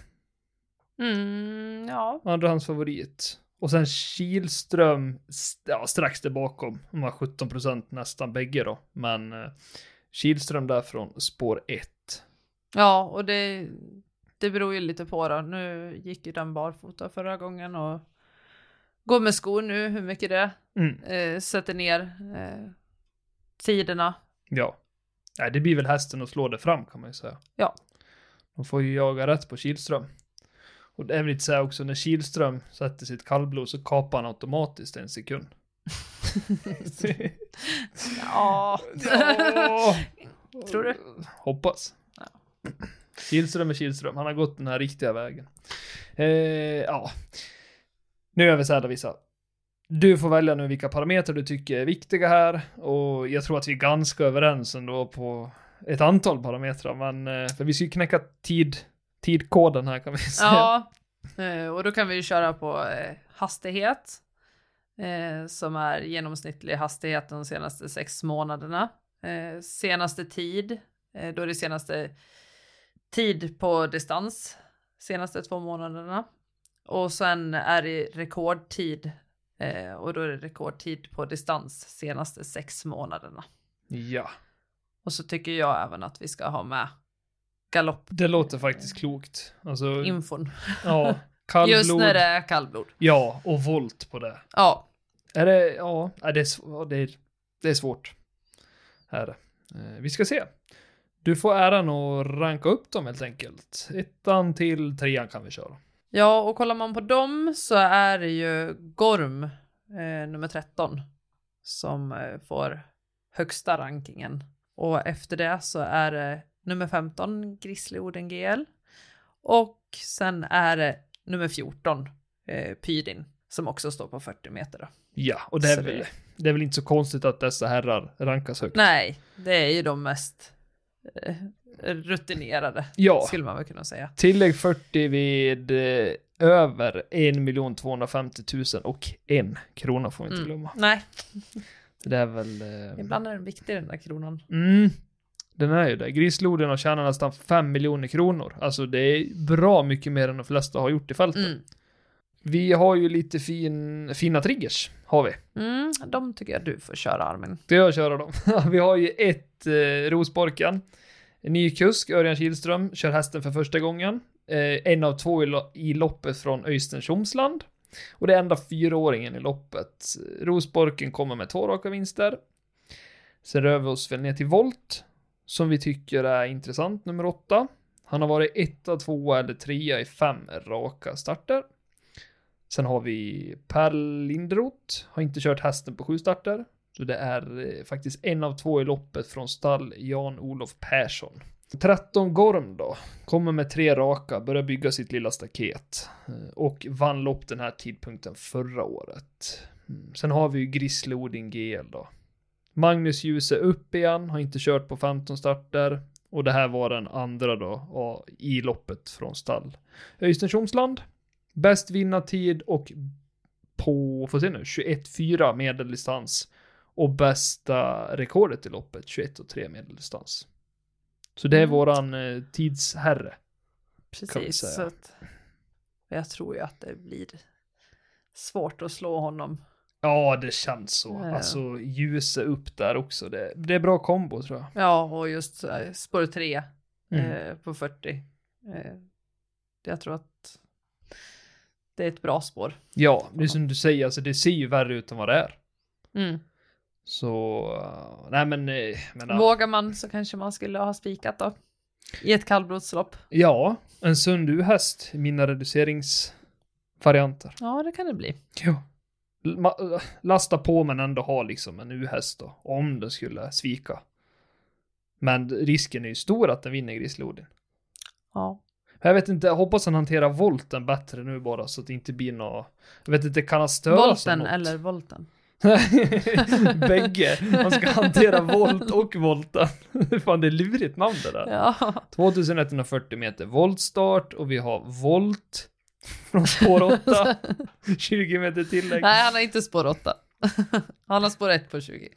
Ja. Andra hans favorit. Och sen Kihlström strax där bakom. De har 17% nästan bägge då. Men Kihlström där från spår 1. Ja, och det beror ju lite på då. Nu gick ju den barfota förra gången och går med skor nu, hur mycket det sätter ner tiderna. Ja. Nej, det blir väl hästen att slå det fram, kan man ju säga. Ja. De får ju jaga rätt på Kihlström. Och det är väl lite så här också, när Kihlström sätter sitt kallblod så kapar han automatiskt 1 sekund. Ja. Tror du? Hoppas. Ja. Kihlström är Kihlström. Han har gått den här riktiga vägen. Ja. Nu är vi så här, Lovisa. Du får välja nu vilka parametrar du tycker är viktiga här. Och jag tror att vi är ganska överens ändå på ett antal parametrar. Men för vi ska ju knäcka tidkoden här, kan vi säga. Ja, och då kan vi ju köra på hastighet. Som är genomsnittlig hastighet de senaste 6 månaderna. Senaste tid. Då är det senaste tid på distans. Senaste 2 månaderna. Och sen är det rekordtid. Och då är det rekordtid på distans senaste 6 månaderna. Ja. Och så tycker jag även att vi ska ha med galopp. Det låter faktiskt klokt. Alltså, Infon. Ja, kallblod. Just när det är kallblod. Ja, och volt på det. Ja. Är det, ja, det är svårt. Här. Vi ska se. Du får äran att ranka upp dem helt enkelt. 1 till 3 kan vi köra. Ja, och kollar man på dem så är det ju Gorm nummer 13 som får högsta rankingen. Och efter det så är det nummer 15 Grizzly Oden GL. Och sen är det nummer 14 Pydin som också står på 40 meter då. Ja, och det är väl inte så konstigt att dessa herrar rankas högt. Nej, det är ju de mest rutinerade, skulle man väl kunna säga. Tillägg 40 vid över 1 250 000 och 1 krona får vi inte glömma. Nej. Det är väl... Ibland är den viktig, den där kronan. Den är ju det. Grisloden har tjänat nästan 5 miljoner kronor. Alltså det är bra mycket mer än de flesta har gjort i fältet. Vi har ju lite fina triggers, har vi. De tycker jag du får köra, Armin. Det jag köra dem. Vi har ju ett Rosborken. En ny kusk, Örjan Kihlström, kör hästen för första gången. 1 av 2 i loppet från Öystein Tjomsland. Och det är enda 4-åringen i loppet. Rosborken kommer med 2 raka vinster. Sen rör vi oss väl ner till Volt, som vi tycker är intressant, nummer 8. Han har varit 1, 2 eller 3 i 5 raka starter. Sen har vi Per Linderoth, har inte kört hästen på 7 starter. Så det är faktiskt 1 av 2 i loppet från stall Jan-Olof Persson. 13 Gorm då, kommer med 3 raka, börjar bygga sitt lilla staket. Och vann lopp den här tidpunkten förra året. Sen har vi ju Grizzly Oden GL då. Magnus Djuse upp igen, har inte kört på 15 starter. Och det här var den andra då i loppet från stall Öystein Tjomsland. Bäst vinnartid och på, får se nu, 21,4 medeldistans. Och bästa rekordet i loppet, 21,3 medeldistans. Så det är våran tidsherre. Precis, så att jag tror ju att det blir svårt att slå honom. Ja, det känns så. Alltså, Ljuse upp där också. Det är bra kombo, tror jag. Ja, och just spår 3 på 40. Jag tror att det är ett bra spår. Ja, det är som du säger, alltså, det ser ju värre ut än vad det är. Så, nej men... Vågar man så kanske man skulle ha spikat då. I ett kallblodslopp. Ja, en sund U-häst i mina reduceringsvarianter. Ja, det kan det bli. Ja. Lasta på men ändå ha liksom en U-häst då. Om det skulle svika. Men risken är ju stor att den vinner Grizzly Oden. Ja. Jag vet inte, jag hoppas han hanterar volten bättre nu bara så att det inte blir något... Jag vet inte, kan han störa volten eller volten? Bägge. Man ska hantera volt och volten. Fan, det är lurigt namn det där. Ja. 2140 meter voltstart och vi har volt från spår 8. 20 meter tillägg. Nej, han har inte spår 8. Han har spår 1 på 20.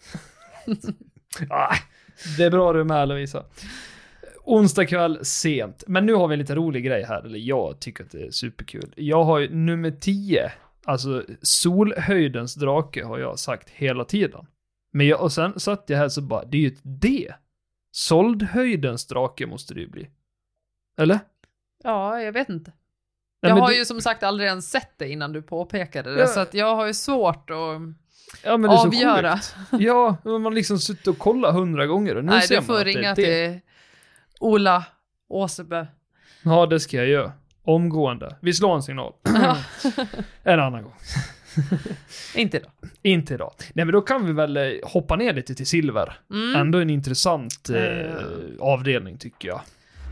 Det är bra du med, Lovisa. Onsdag kväll sent. Men nu har vi en lite rolig grej här. Eller jag tycker att det är superkul. Jag har ju nummer 10. Alltså Solhöjdens drake har jag sagt hela tiden. Men och sen satt jag här så bara, det är ju ett D. Såldhöjdens drake måste det ju bli. Eller? Ja, jag vet inte. Nej, jag har ju som sagt aldrig ens sett det innan du påpekade det. Så att jag har ju svårt att avgöra. Ja, men man liksom suttit och kollat 100 gånger. Och nu nej, ser du får man ringa till Ola Åsebö. Ja, det ska jag göra. Omgående. Vi slår en signal. En annan gång. Inte idag. Nej, men då kan vi väl hoppa ner lite till silver. Ändå en intressant avdelning tycker jag.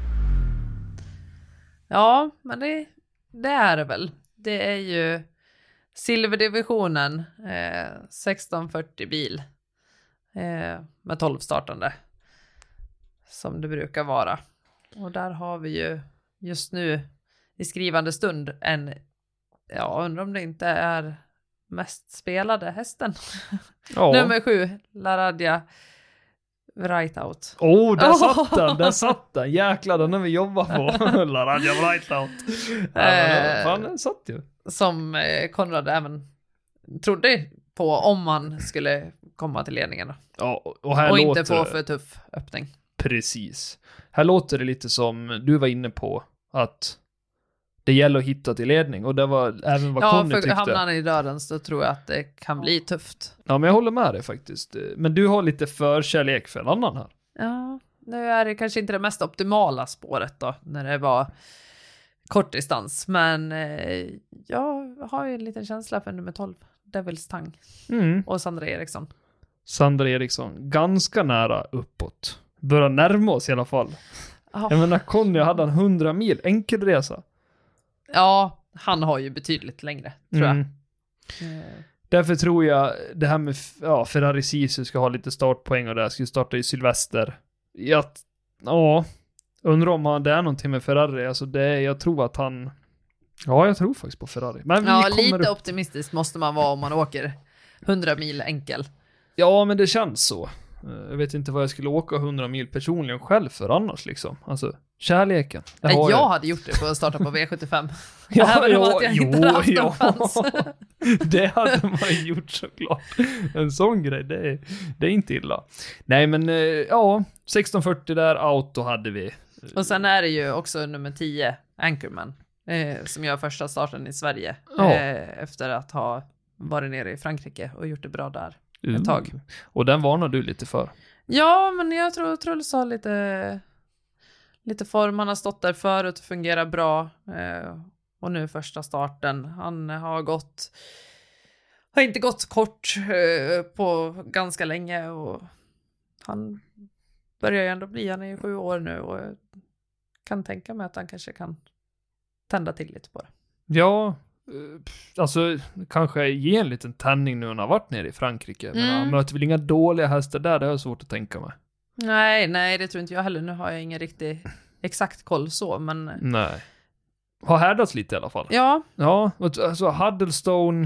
Ja, men det är det väl. Det är ju silverdivisionen 1640 bil med 12 startande som det brukar vara. Och där har vi ju just nu i skrivande stund undrar om det inte är mest spelade hästen. Ja. Nummer 7, Laradja Rightout. Där satt den. Jäklar, den har vi jobbat på. Laradja Rightout. Fan, den satt ju. Som Konrad även trodde på om man skulle komma till ledningen. Ja, och inte få för tuff öppning. Precis. Här låter det lite som du var inne på, att det gäller att hitta till ledning, och det var även vad Conny tyckte. Ja, för hamnar han i dörren så tror jag att det kan bli tufft. Ja, men jag håller med dig faktiskt. Men du har lite förkärlek för en annan här. Ja, nu är det kanske inte det mest optimala spåret då, när det var kort distans. Men jag har ju en liten känsla för nummer 12, Devils Tang. Och Sandra Eriksson. Ganska nära uppåt. Börjar närma oss i alla fall. Jag menar, Conny hade 100 mil enkelresa. Ja, han har ju betydligt längre, tror jag. Därför tror jag det här med Ferrari Sisu ska ha lite startpoäng, och det ska starta i Sylvester. Undrar om det är någonting med Ferrari. Alltså jag tror att han... Ja, jag tror faktiskt på Ferrari. Men lite optimistisk måste man vara om man åker 100 mil enkel. Ja, men det känns så. Jag vet inte vad jag skulle åka 100 mil personligen själv för annars liksom. Alltså, kärleken. Jag hade gjort det på att starta på V75. Det hade man gjort såklart. En sån grej, det är inte illa. Nej, men 1640 där, auto hade vi. Och sen är det ju också nummer 10, Anchorman, som gör första starten i Sverige. Efter att ha varit nere i Frankrike och gjort det bra där ett tag. Och den varnar du lite för. Ja, men jag tror Truls har lite form. Han har stått där förut och fungerar bra. Och nu första starten. Han har inte gått kort på ganska länge. Och han börjar ju ändå han är ju 7 år nu. Och jag kan tänka mig att han kanske kan tända till lite på det. Ja, alltså kanske ge en liten tändning nu när han har varit nere i Frankrike. Men han möter väl inga dåliga hästar där, det har jag svårt att tänka mig. Nej, det tror inte jag heller. Nu har jag ingen riktig exakt koll så, men... Nej. Har härdats lite i alla fall. Ja. Ja, alltså Huddlestone,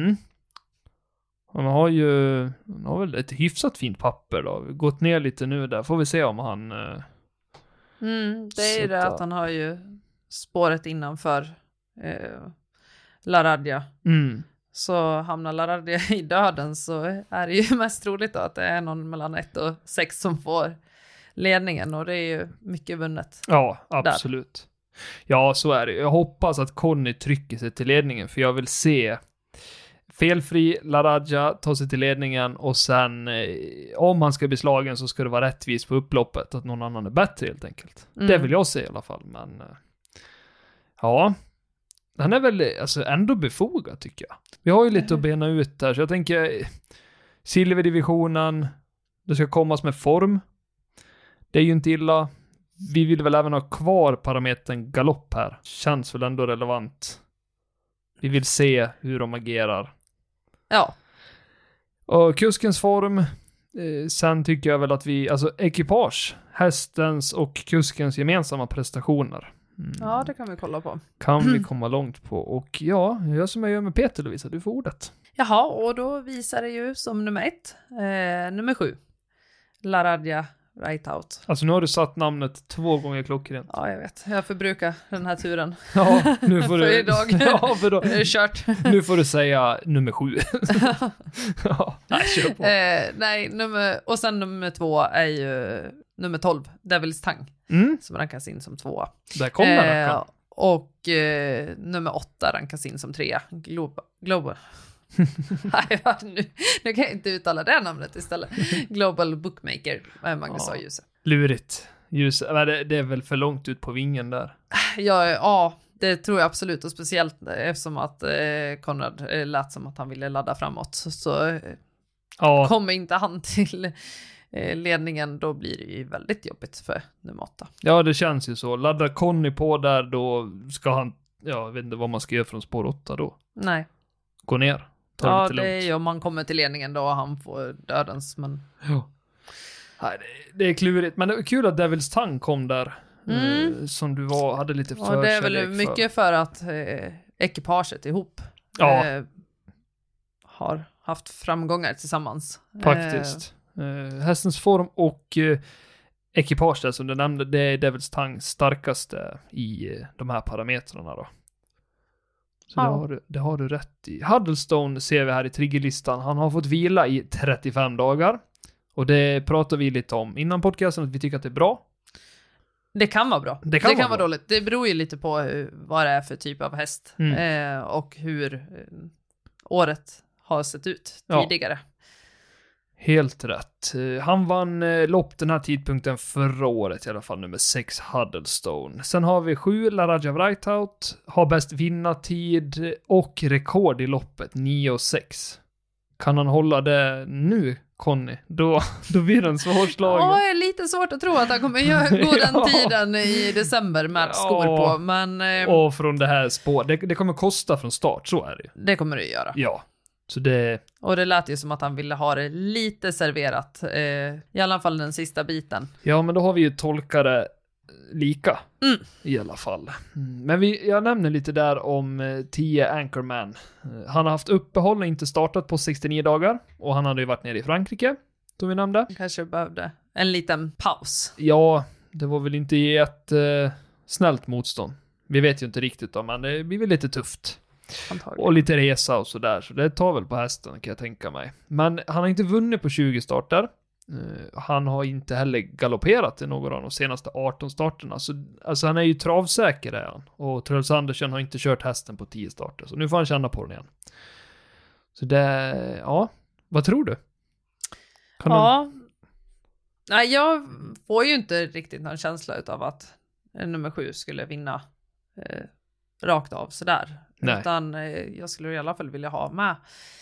han har väl ett hyfsat fint papper då. Gått ner lite nu där, får vi se om han... det är ju det att han har ju spåret innanför Laradja. Så hamnar Laradja i döden, så är det ju mest troligt då att det är någon mellan 1 och 6 som får ledningen, och det är ju mycket vunnet. Ja, absolut. Där. Ja, så är det. Jag hoppas att Conny trycker sig till ledningen, för jag vill se felfri Laradja ta sig till ledningen, och sen om han ska bli slagen så ska det vara rättvist på upploppet, att någon annan är bättre helt enkelt. Det vill jag se i alla fall, men ja, han är väl alltså ändå befogad tycker jag. Vi har ju lite att bena ut där, så jag tänker silverdivisionen, det ska kommas med form. Det är ju inte illa. Vi vill väl även ha kvar parametern galopp här. Känns väl ändå relevant. Vi vill se hur de agerar. Ja. Och kuskens form. Sen tycker jag väl att alltså ekipage, hästens och kuskens gemensamma prestationer. Ja, det kan vi kolla på. Kan vi komma långt på. Och ja, jag gör som jag gör med Peter, Lovisa. Du får ordet. Jaha, och då visar det ju som nummer 1. Nummer 7. Laradja Rightout. Alltså nu har du satt namnet 2 gånger klockrent. Ja, jag vet. Jag förbrukar den här turen. Ja, nu får för idag. Ja, för då. Det är kört. Nu får du säga nummer 7. Ja, nej, kör på. Och sen nummer 2 är ju nummer 12, Devils Tang. Som rankas in som 2. Där kom den fram. Och nummer 8 rankas in som 3. Global. nu kan jag inte uttala det namnet istället. Global Bookmaker med Magnus A. Djuse. Lurigt. Det är väl för långt ut på vingen där. Ja, Det tror jag absolut, och speciellt eftersom att Konrad lät som att han ville ladda framåt. Så kommer inte han till ledningen, då blir det ju väldigt jobbigt för nummer 8. Ja, det känns ju så. Laddar Conny på där, då ska han, jag vet inte vad man ska göra från spår 8 då. Nej. Gå ner. Ja, det är ju om man kommer till ledningen då och han får dödens, men... Ja. Nej, det är klurigt, men det är kul att Devil's Tongue kom där. Som du hade lite förkärlek för. Och det är väl mycket för att ekipaget ihop har haft framgångar tillsammans. Faktiskt. Hästens form och ekipage där som du nämnde, det är Devil's Tongue starkaste i de här parametrarna då. Så det har du rätt i. Huddlestone ser vi här i triggerlistan. Han har fått vila i 35 dagar. Och det pratar vi lite om innan podcasten, att vi tycker att det är bra. Det kan vara bra. Det kan vara dåligt. Det beror ju lite på vad det är för typ av häst. Och hur året har sett ut tidigare. Helt rätt. Han vann lopp den här tidpunkten förra året, i alla fall nummer 6 Huddlestone. Sen har vi 7 Laraja Brightout, har bäst vinnartid och rekord i loppet 9,6. Kan han hålla det nu, Conny? Då blir den svårslagen. Ja, det är lite svårt att tro att han kommer gå den tiden i december med skor på. Men, och från det här spår, det kommer kosta från start, så är det. Det kommer det göra. Ja. Så det... Och det lät ju som att han ville ha det lite serverat. I alla fall den sista biten. Ja, men då har vi ju tolkat det lika. I alla fall. Men jag nämner lite där om 10 Anchorman. Han har haft uppehåll och inte startat på 69 dagar. Och han hade ju varit nere i Frankrike, som vi nämnde. Kanske behövde en liten paus. Ja, det var väl inte ett snällt motstånd. Vi vet ju inte riktigt om, men det blir väl lite tufft. Antagligen. Och lite resa och sådär, så det tar väl på hästen, kan jag tänka mig. Men han har inte vunnit på 20 starter. Han har inte heller galopperat i några av de senaste 18 starterna. Så, alltså han är ju travsäker, är han. Och Truls Andersen har inte kört hästen på 10 starter. Så nu får han känna på den igen. Så det, ja. Vad tror du? Nej, jag får ju inte riktigt någon känsla utav att nummer 7 skulle vinna rakt av sådär. Nej. Utan jag skulle i alla fall vilja ha med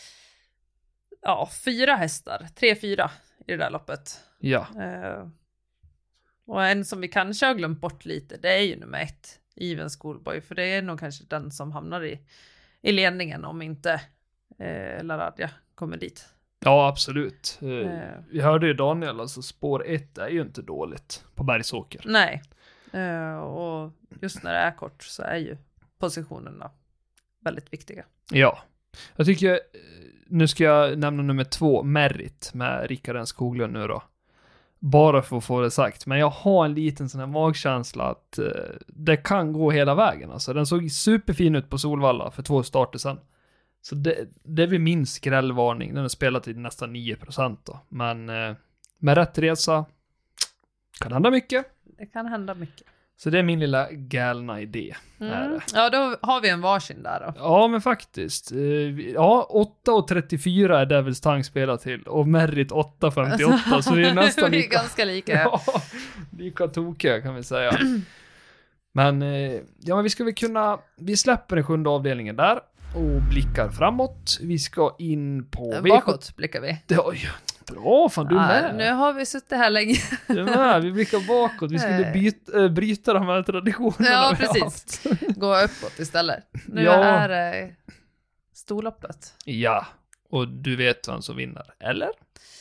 4 hästar, 3-4 i det där loppet. Ja. Och en som vi kanske har glömt bort lite, det är ju nummer 1, Even Schoolboy, för det är nog kanske den som hamnar i ledningen om inte Laradja kommer dit. Ja, absolut. Vi hörde ju Daniel, alltså spår 1 är ju inte dåligt på Bergsåker. Nej. Och just när det är kort så är ju positionerna väldigt viktiga. Ja. Jag tycker, nu ska jag nämna nummer 2, Merit, med Rickard N. Skoglund nu då. Bara för att få det sagt. Men jag har en liten sån här magkänsla att det kan gå hela vägen. Alltså, den såg superfin ut på Solvalla för 2 starter sedan. Så det är väl min skrällvarning. Den har spelat i nästan 9% då. Men med rätt resa kan hända mycket. Det kan hända mycket. Så det är min lilla galna idé. Ja, då har vi en varsin där då. Ja, men faktiskt. Ja, 8,34 är Devil's Tongue spelat till. Och Merit 8,58. Så det är nästan lika. Det är ganska lika. Ja, lika tokiga kan vi säga. Men, men vi ska väl kunna... Vi släpper den 7:e avdelningen där. Och blickar framåt. Vi ska in på... Bakåt blickar vi. Bra, fan, du är med. Nu har vi suttit här länge. Du är med, vi blickar bakåt. Vi skulle bryta de här traditionerna. Ja, precis. Gå uppåt istället. Nu är det storloppet. Ja, och du vet vem som vinner, eller?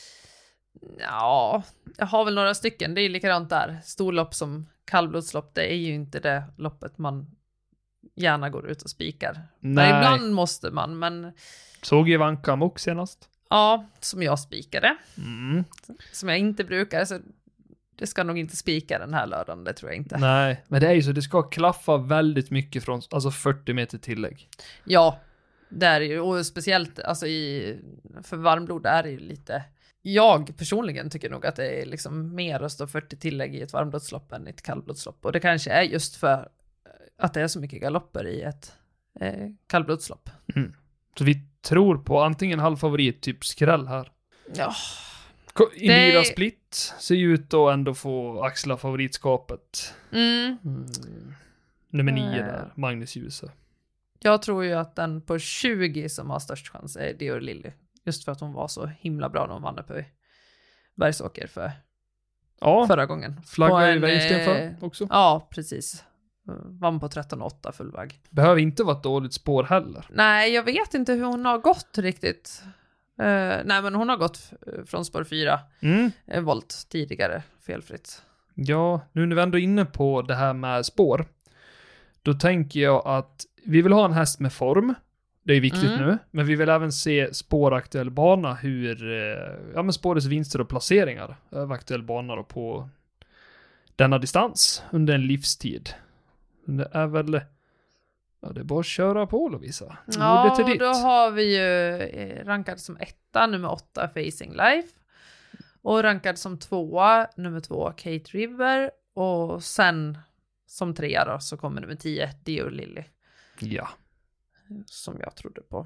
Ja, jag har väl några stycken. Det är likadant där. Storlopp som kallblodslopp, det är ju inte det loppet man gärna går ut och spikar. Men ibland måste man, men... Såg ju Vanka Mok senast. Ja, som jag spikade. Som jag inte brukar, så det ska nog inte spika den här lördagen, det tror jag inte. Nej, men det är ju så, det ska klaffa väldigt mycket från, alltså 40 meter tillägg. Ja, det är ju, och speciellt alltså för varmblod är det ju lite, jag personligen tycker nog att det är liksom mer att stå 40 tillägg i ett varmblodslopp än i ett kallblodslopp. Och det kanske är just för att det är så mycket galopper i ett kallblodslopp. Så vi tror på antingen halvfavorit, typ skräll här. Ja. Indira Split ser ju ut att ändå få axla favoritskapet. Nummer 9 där, Magnus Djuse. Jag tror ju att den på 20 som har störst chans är Dior Lilly. Just för att hon var så himla bra när hon vann uppe i Bergsåker förra gången. Flaggar i Wäjersten för också. Ja, precis. Vann på 13,8 fullväg. Behöver inte vara ett dåligt spår heller. Nej, jag vet inte hur hon har gått riktigt. Nej, men hon har gått från spår 4 volt tidigare, felfritt. Ja, nu när vi ändå är inne på det här med spår, då tänker jag att vi vill ha en häst med form. Det är viktigt nu. Men vi vill även se spåraktuell bana, hur spårets vinster och placeringar över aktuell bana då på denna distans under en livstid. Det är väl... det är bara att köra på, Lovisa. Ja, då har vi ju rankad som 1, nummer 8, Facing Life. Och rankad som 2, nummer 2, Kate River. Och sen som 3 då så kommer nummer 10, Dior Lilly. Ja. Som jag trodde på.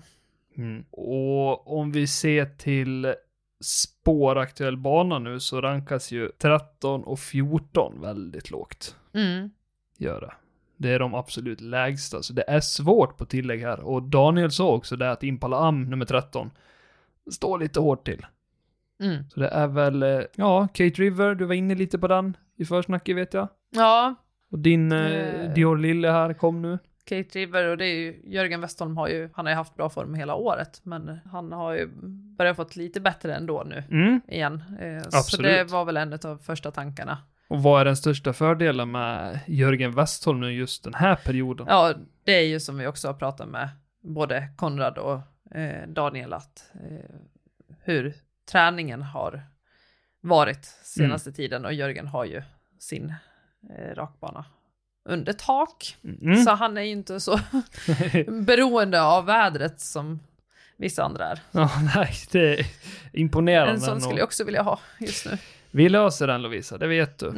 Och om vi ser till spåraktuell bana nu så rankas ju 13 och 14 väldigt lågt. Gör det. Det är de absolut lägsta. Så det är svårt på tillägg här. Och Daniel sa också det att Impala Am nummer 13 står lite hårt till. Så det är väl, Kate River, du var inne lite på den i försnacket vet jag. Ja. Och din Dior Lilly här kom nu. Kate River, och det är ju, Jörgen Westholm han har ju haft bra form hela året, men han har ju börjat fått lite bättre ändå nu igen. Så det var väl en av första tankarna. Och vad är den största fördelen med Jörgen Westholm nu just den här perioden? Ja, det är ju som vi också har pratat med både Konrad och Daniel att hur träningen har varit senaste tiden, och Jörgen har ju sin rakbana under tak. Så han är ju inte så beroende av vädret som vissa andra är. Ja, nej, det är imponerande. En sån skulle jag också vilja ha just nu. Vi löser den, Lovisa, det vet du.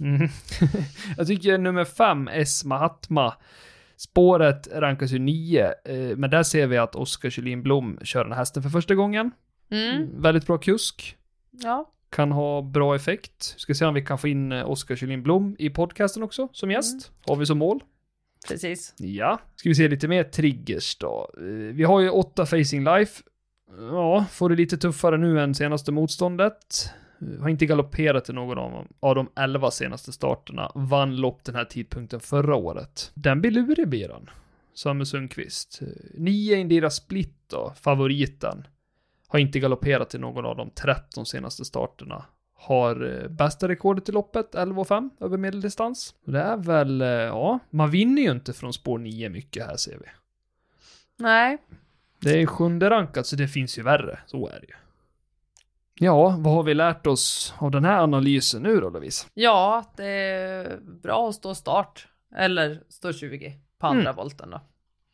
Jag tycker nummer 5, Esma Hatma. Spåret rankas ju 9, men där ser vi att Oskar Kjellin Blom kör den hästen för första gången. Väldigt bra kusk. Ja. Kan ha bra effekt. Ska se om vi kan få in Oskar Kjellin Blom i podcasten också som gäst. Har vi som mål. Precis. Ja. Ska vi se lite mer triggers då. Vi har ju 8 Facing Life. Ja, får det lite tuffare nu än senaste motståndet. Har inte galopperat i någon av de 11 senaste starterna. Vann lopp den här tidpunkten förra året. Den blir lurig, Biran. Samuel Sundqvist. 9 Indira Split då, favoriten. Har inte galopperat i någon av de 13 senaste starterna. Har bästa rekordet i loppet, 11,5 över medeldistans. Det är väl, man vinner ju inte från spår 9 mycket här ser vi. Nej. Det är 7:e rankat så det finns ju värre, så är det ju. Ja, vad har vi lärt oss av den här analysen nu då, Lovisa? Ja, att det är bra att stå start. Eller stå 20 på andra volten då.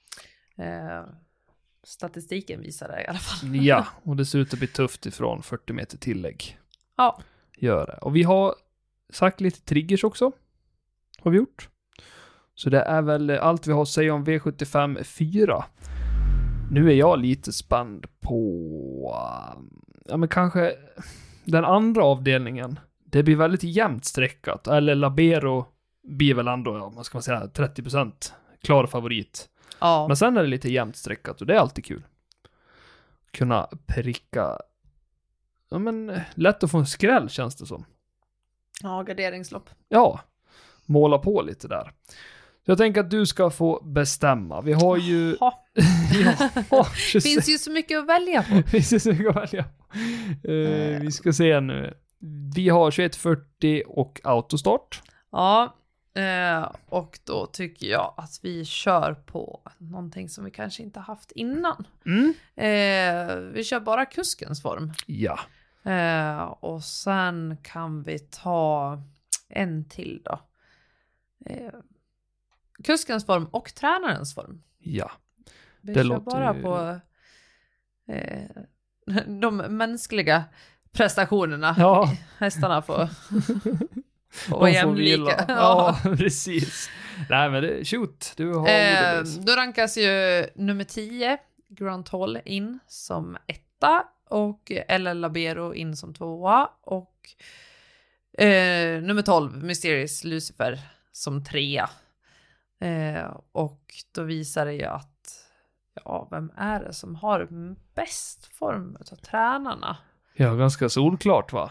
Statistiken visar det i alla fall. Ja, och det ser ut att bli tufft ifrån 40 meter tillägg. Ja. Gör det. Och vi har sagt lite triggers också. Har vi gjort. Så det är väl allt vi har att säga om V75 4. Nu är jag lite spänd på men kanske den andra avdelningen. Det blir väldigt jämnt sträckat. Eller Labero blir väl ändå, vad ska man säga, 30% klar favorit. Ja. Men sen är det lite jämnt sträckat och det är alltid kul. Kunna pricka. Ja, men lätt att få en skräll känns det som. Ja, garderingslopp. Ja, måla på lite där. Så jag tänker att du ska få bestämma. Vi har ju... Finns ju så mycket att välja på. Finns ju så mycket att välja på. Vi ska se nu. Vi har 21:40 och autostart. Ja, och då tycker jag att vi kör på någonting som vi kanske inte haft innan. Vi kör bara kuskens form. Ja. Och sen kan vi ta en till då. Kuskens form och tränarens form. Ja. Vi kör bara på de mänskliga prestationerna. Ja. Hästarna får vara jämlika. Ja, precis. Nej, men shoot. Du har då rankas ju nummer 10 Grand Hall in som 1 och LL Labero in som 2 och nummer 12 Mysterious Lucifer som 3. Och då visar det ju att vem är det som har bäst form av tränarna? Ja, ganska solklart va?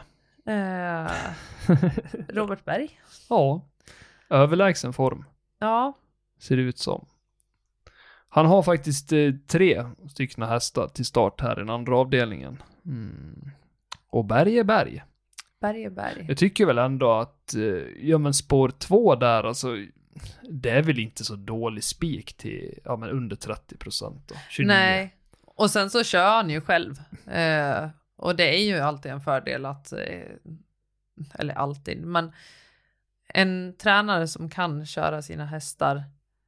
Robert Berg. Ja, överlägsen form. Ja. Ser det ut som. Han har faktiskt 3 stycken hästar till start här i den andra avdelningen. Och Berg är Berg. Berg är Berg. Jag tycker väl ändå att men spår 2 där, alltså det är väl inte så dålig spik till men under 30% då. 29. Nej, och sen så kör han ju själv. Och det är ju alltid en fördel att, eller alltid, men en tränare som kan köra sina hästar,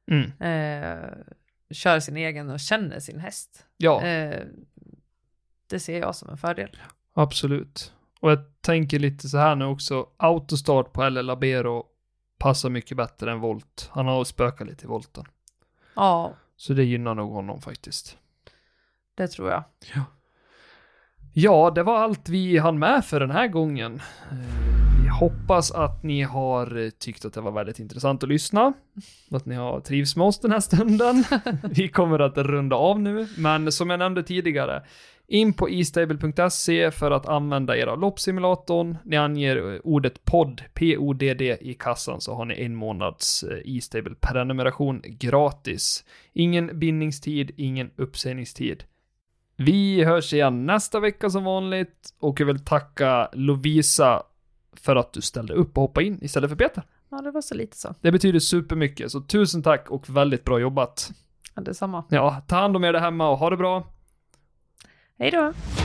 kör sin egen och känner sin häst. Ja. Det ser jag som en fördel. Absolut. Och jag tänker lite så här nu också, autostart på LL Labero passar mycket bättre än volt. Han har spökat lite i volten. Ja. Så det gynnar nog honom faktiskt. Det tror jag. Ja, det var allt vi hann med för den här gången. Vi hoppas att ni har tyckt att det var väldigt intressant att lyssna. Att ni har trivs med oss den här stunden. Vi kommer att runda av nu. Men som jag nämnde tidigare, in på eStable.se för att använda era loppsimulatorn. Ni anger ordet podd, PODD i kassan, så har ni 1 månads eStable prenumeration gratis. Ingen bindningstid, ingen uppsägningstid. Vi hörs igen nästa vecka som vanligt, och jag vill tacka Lovisa för att du ställde upp och hoppade in istället för Peter. Ja, det var så lite så. Det betyder supermycket, så tusen tack och väldigt bra jobbat. Ja, detsamma. Ja, ta hand om er där hemma och ha det bra. Hej då!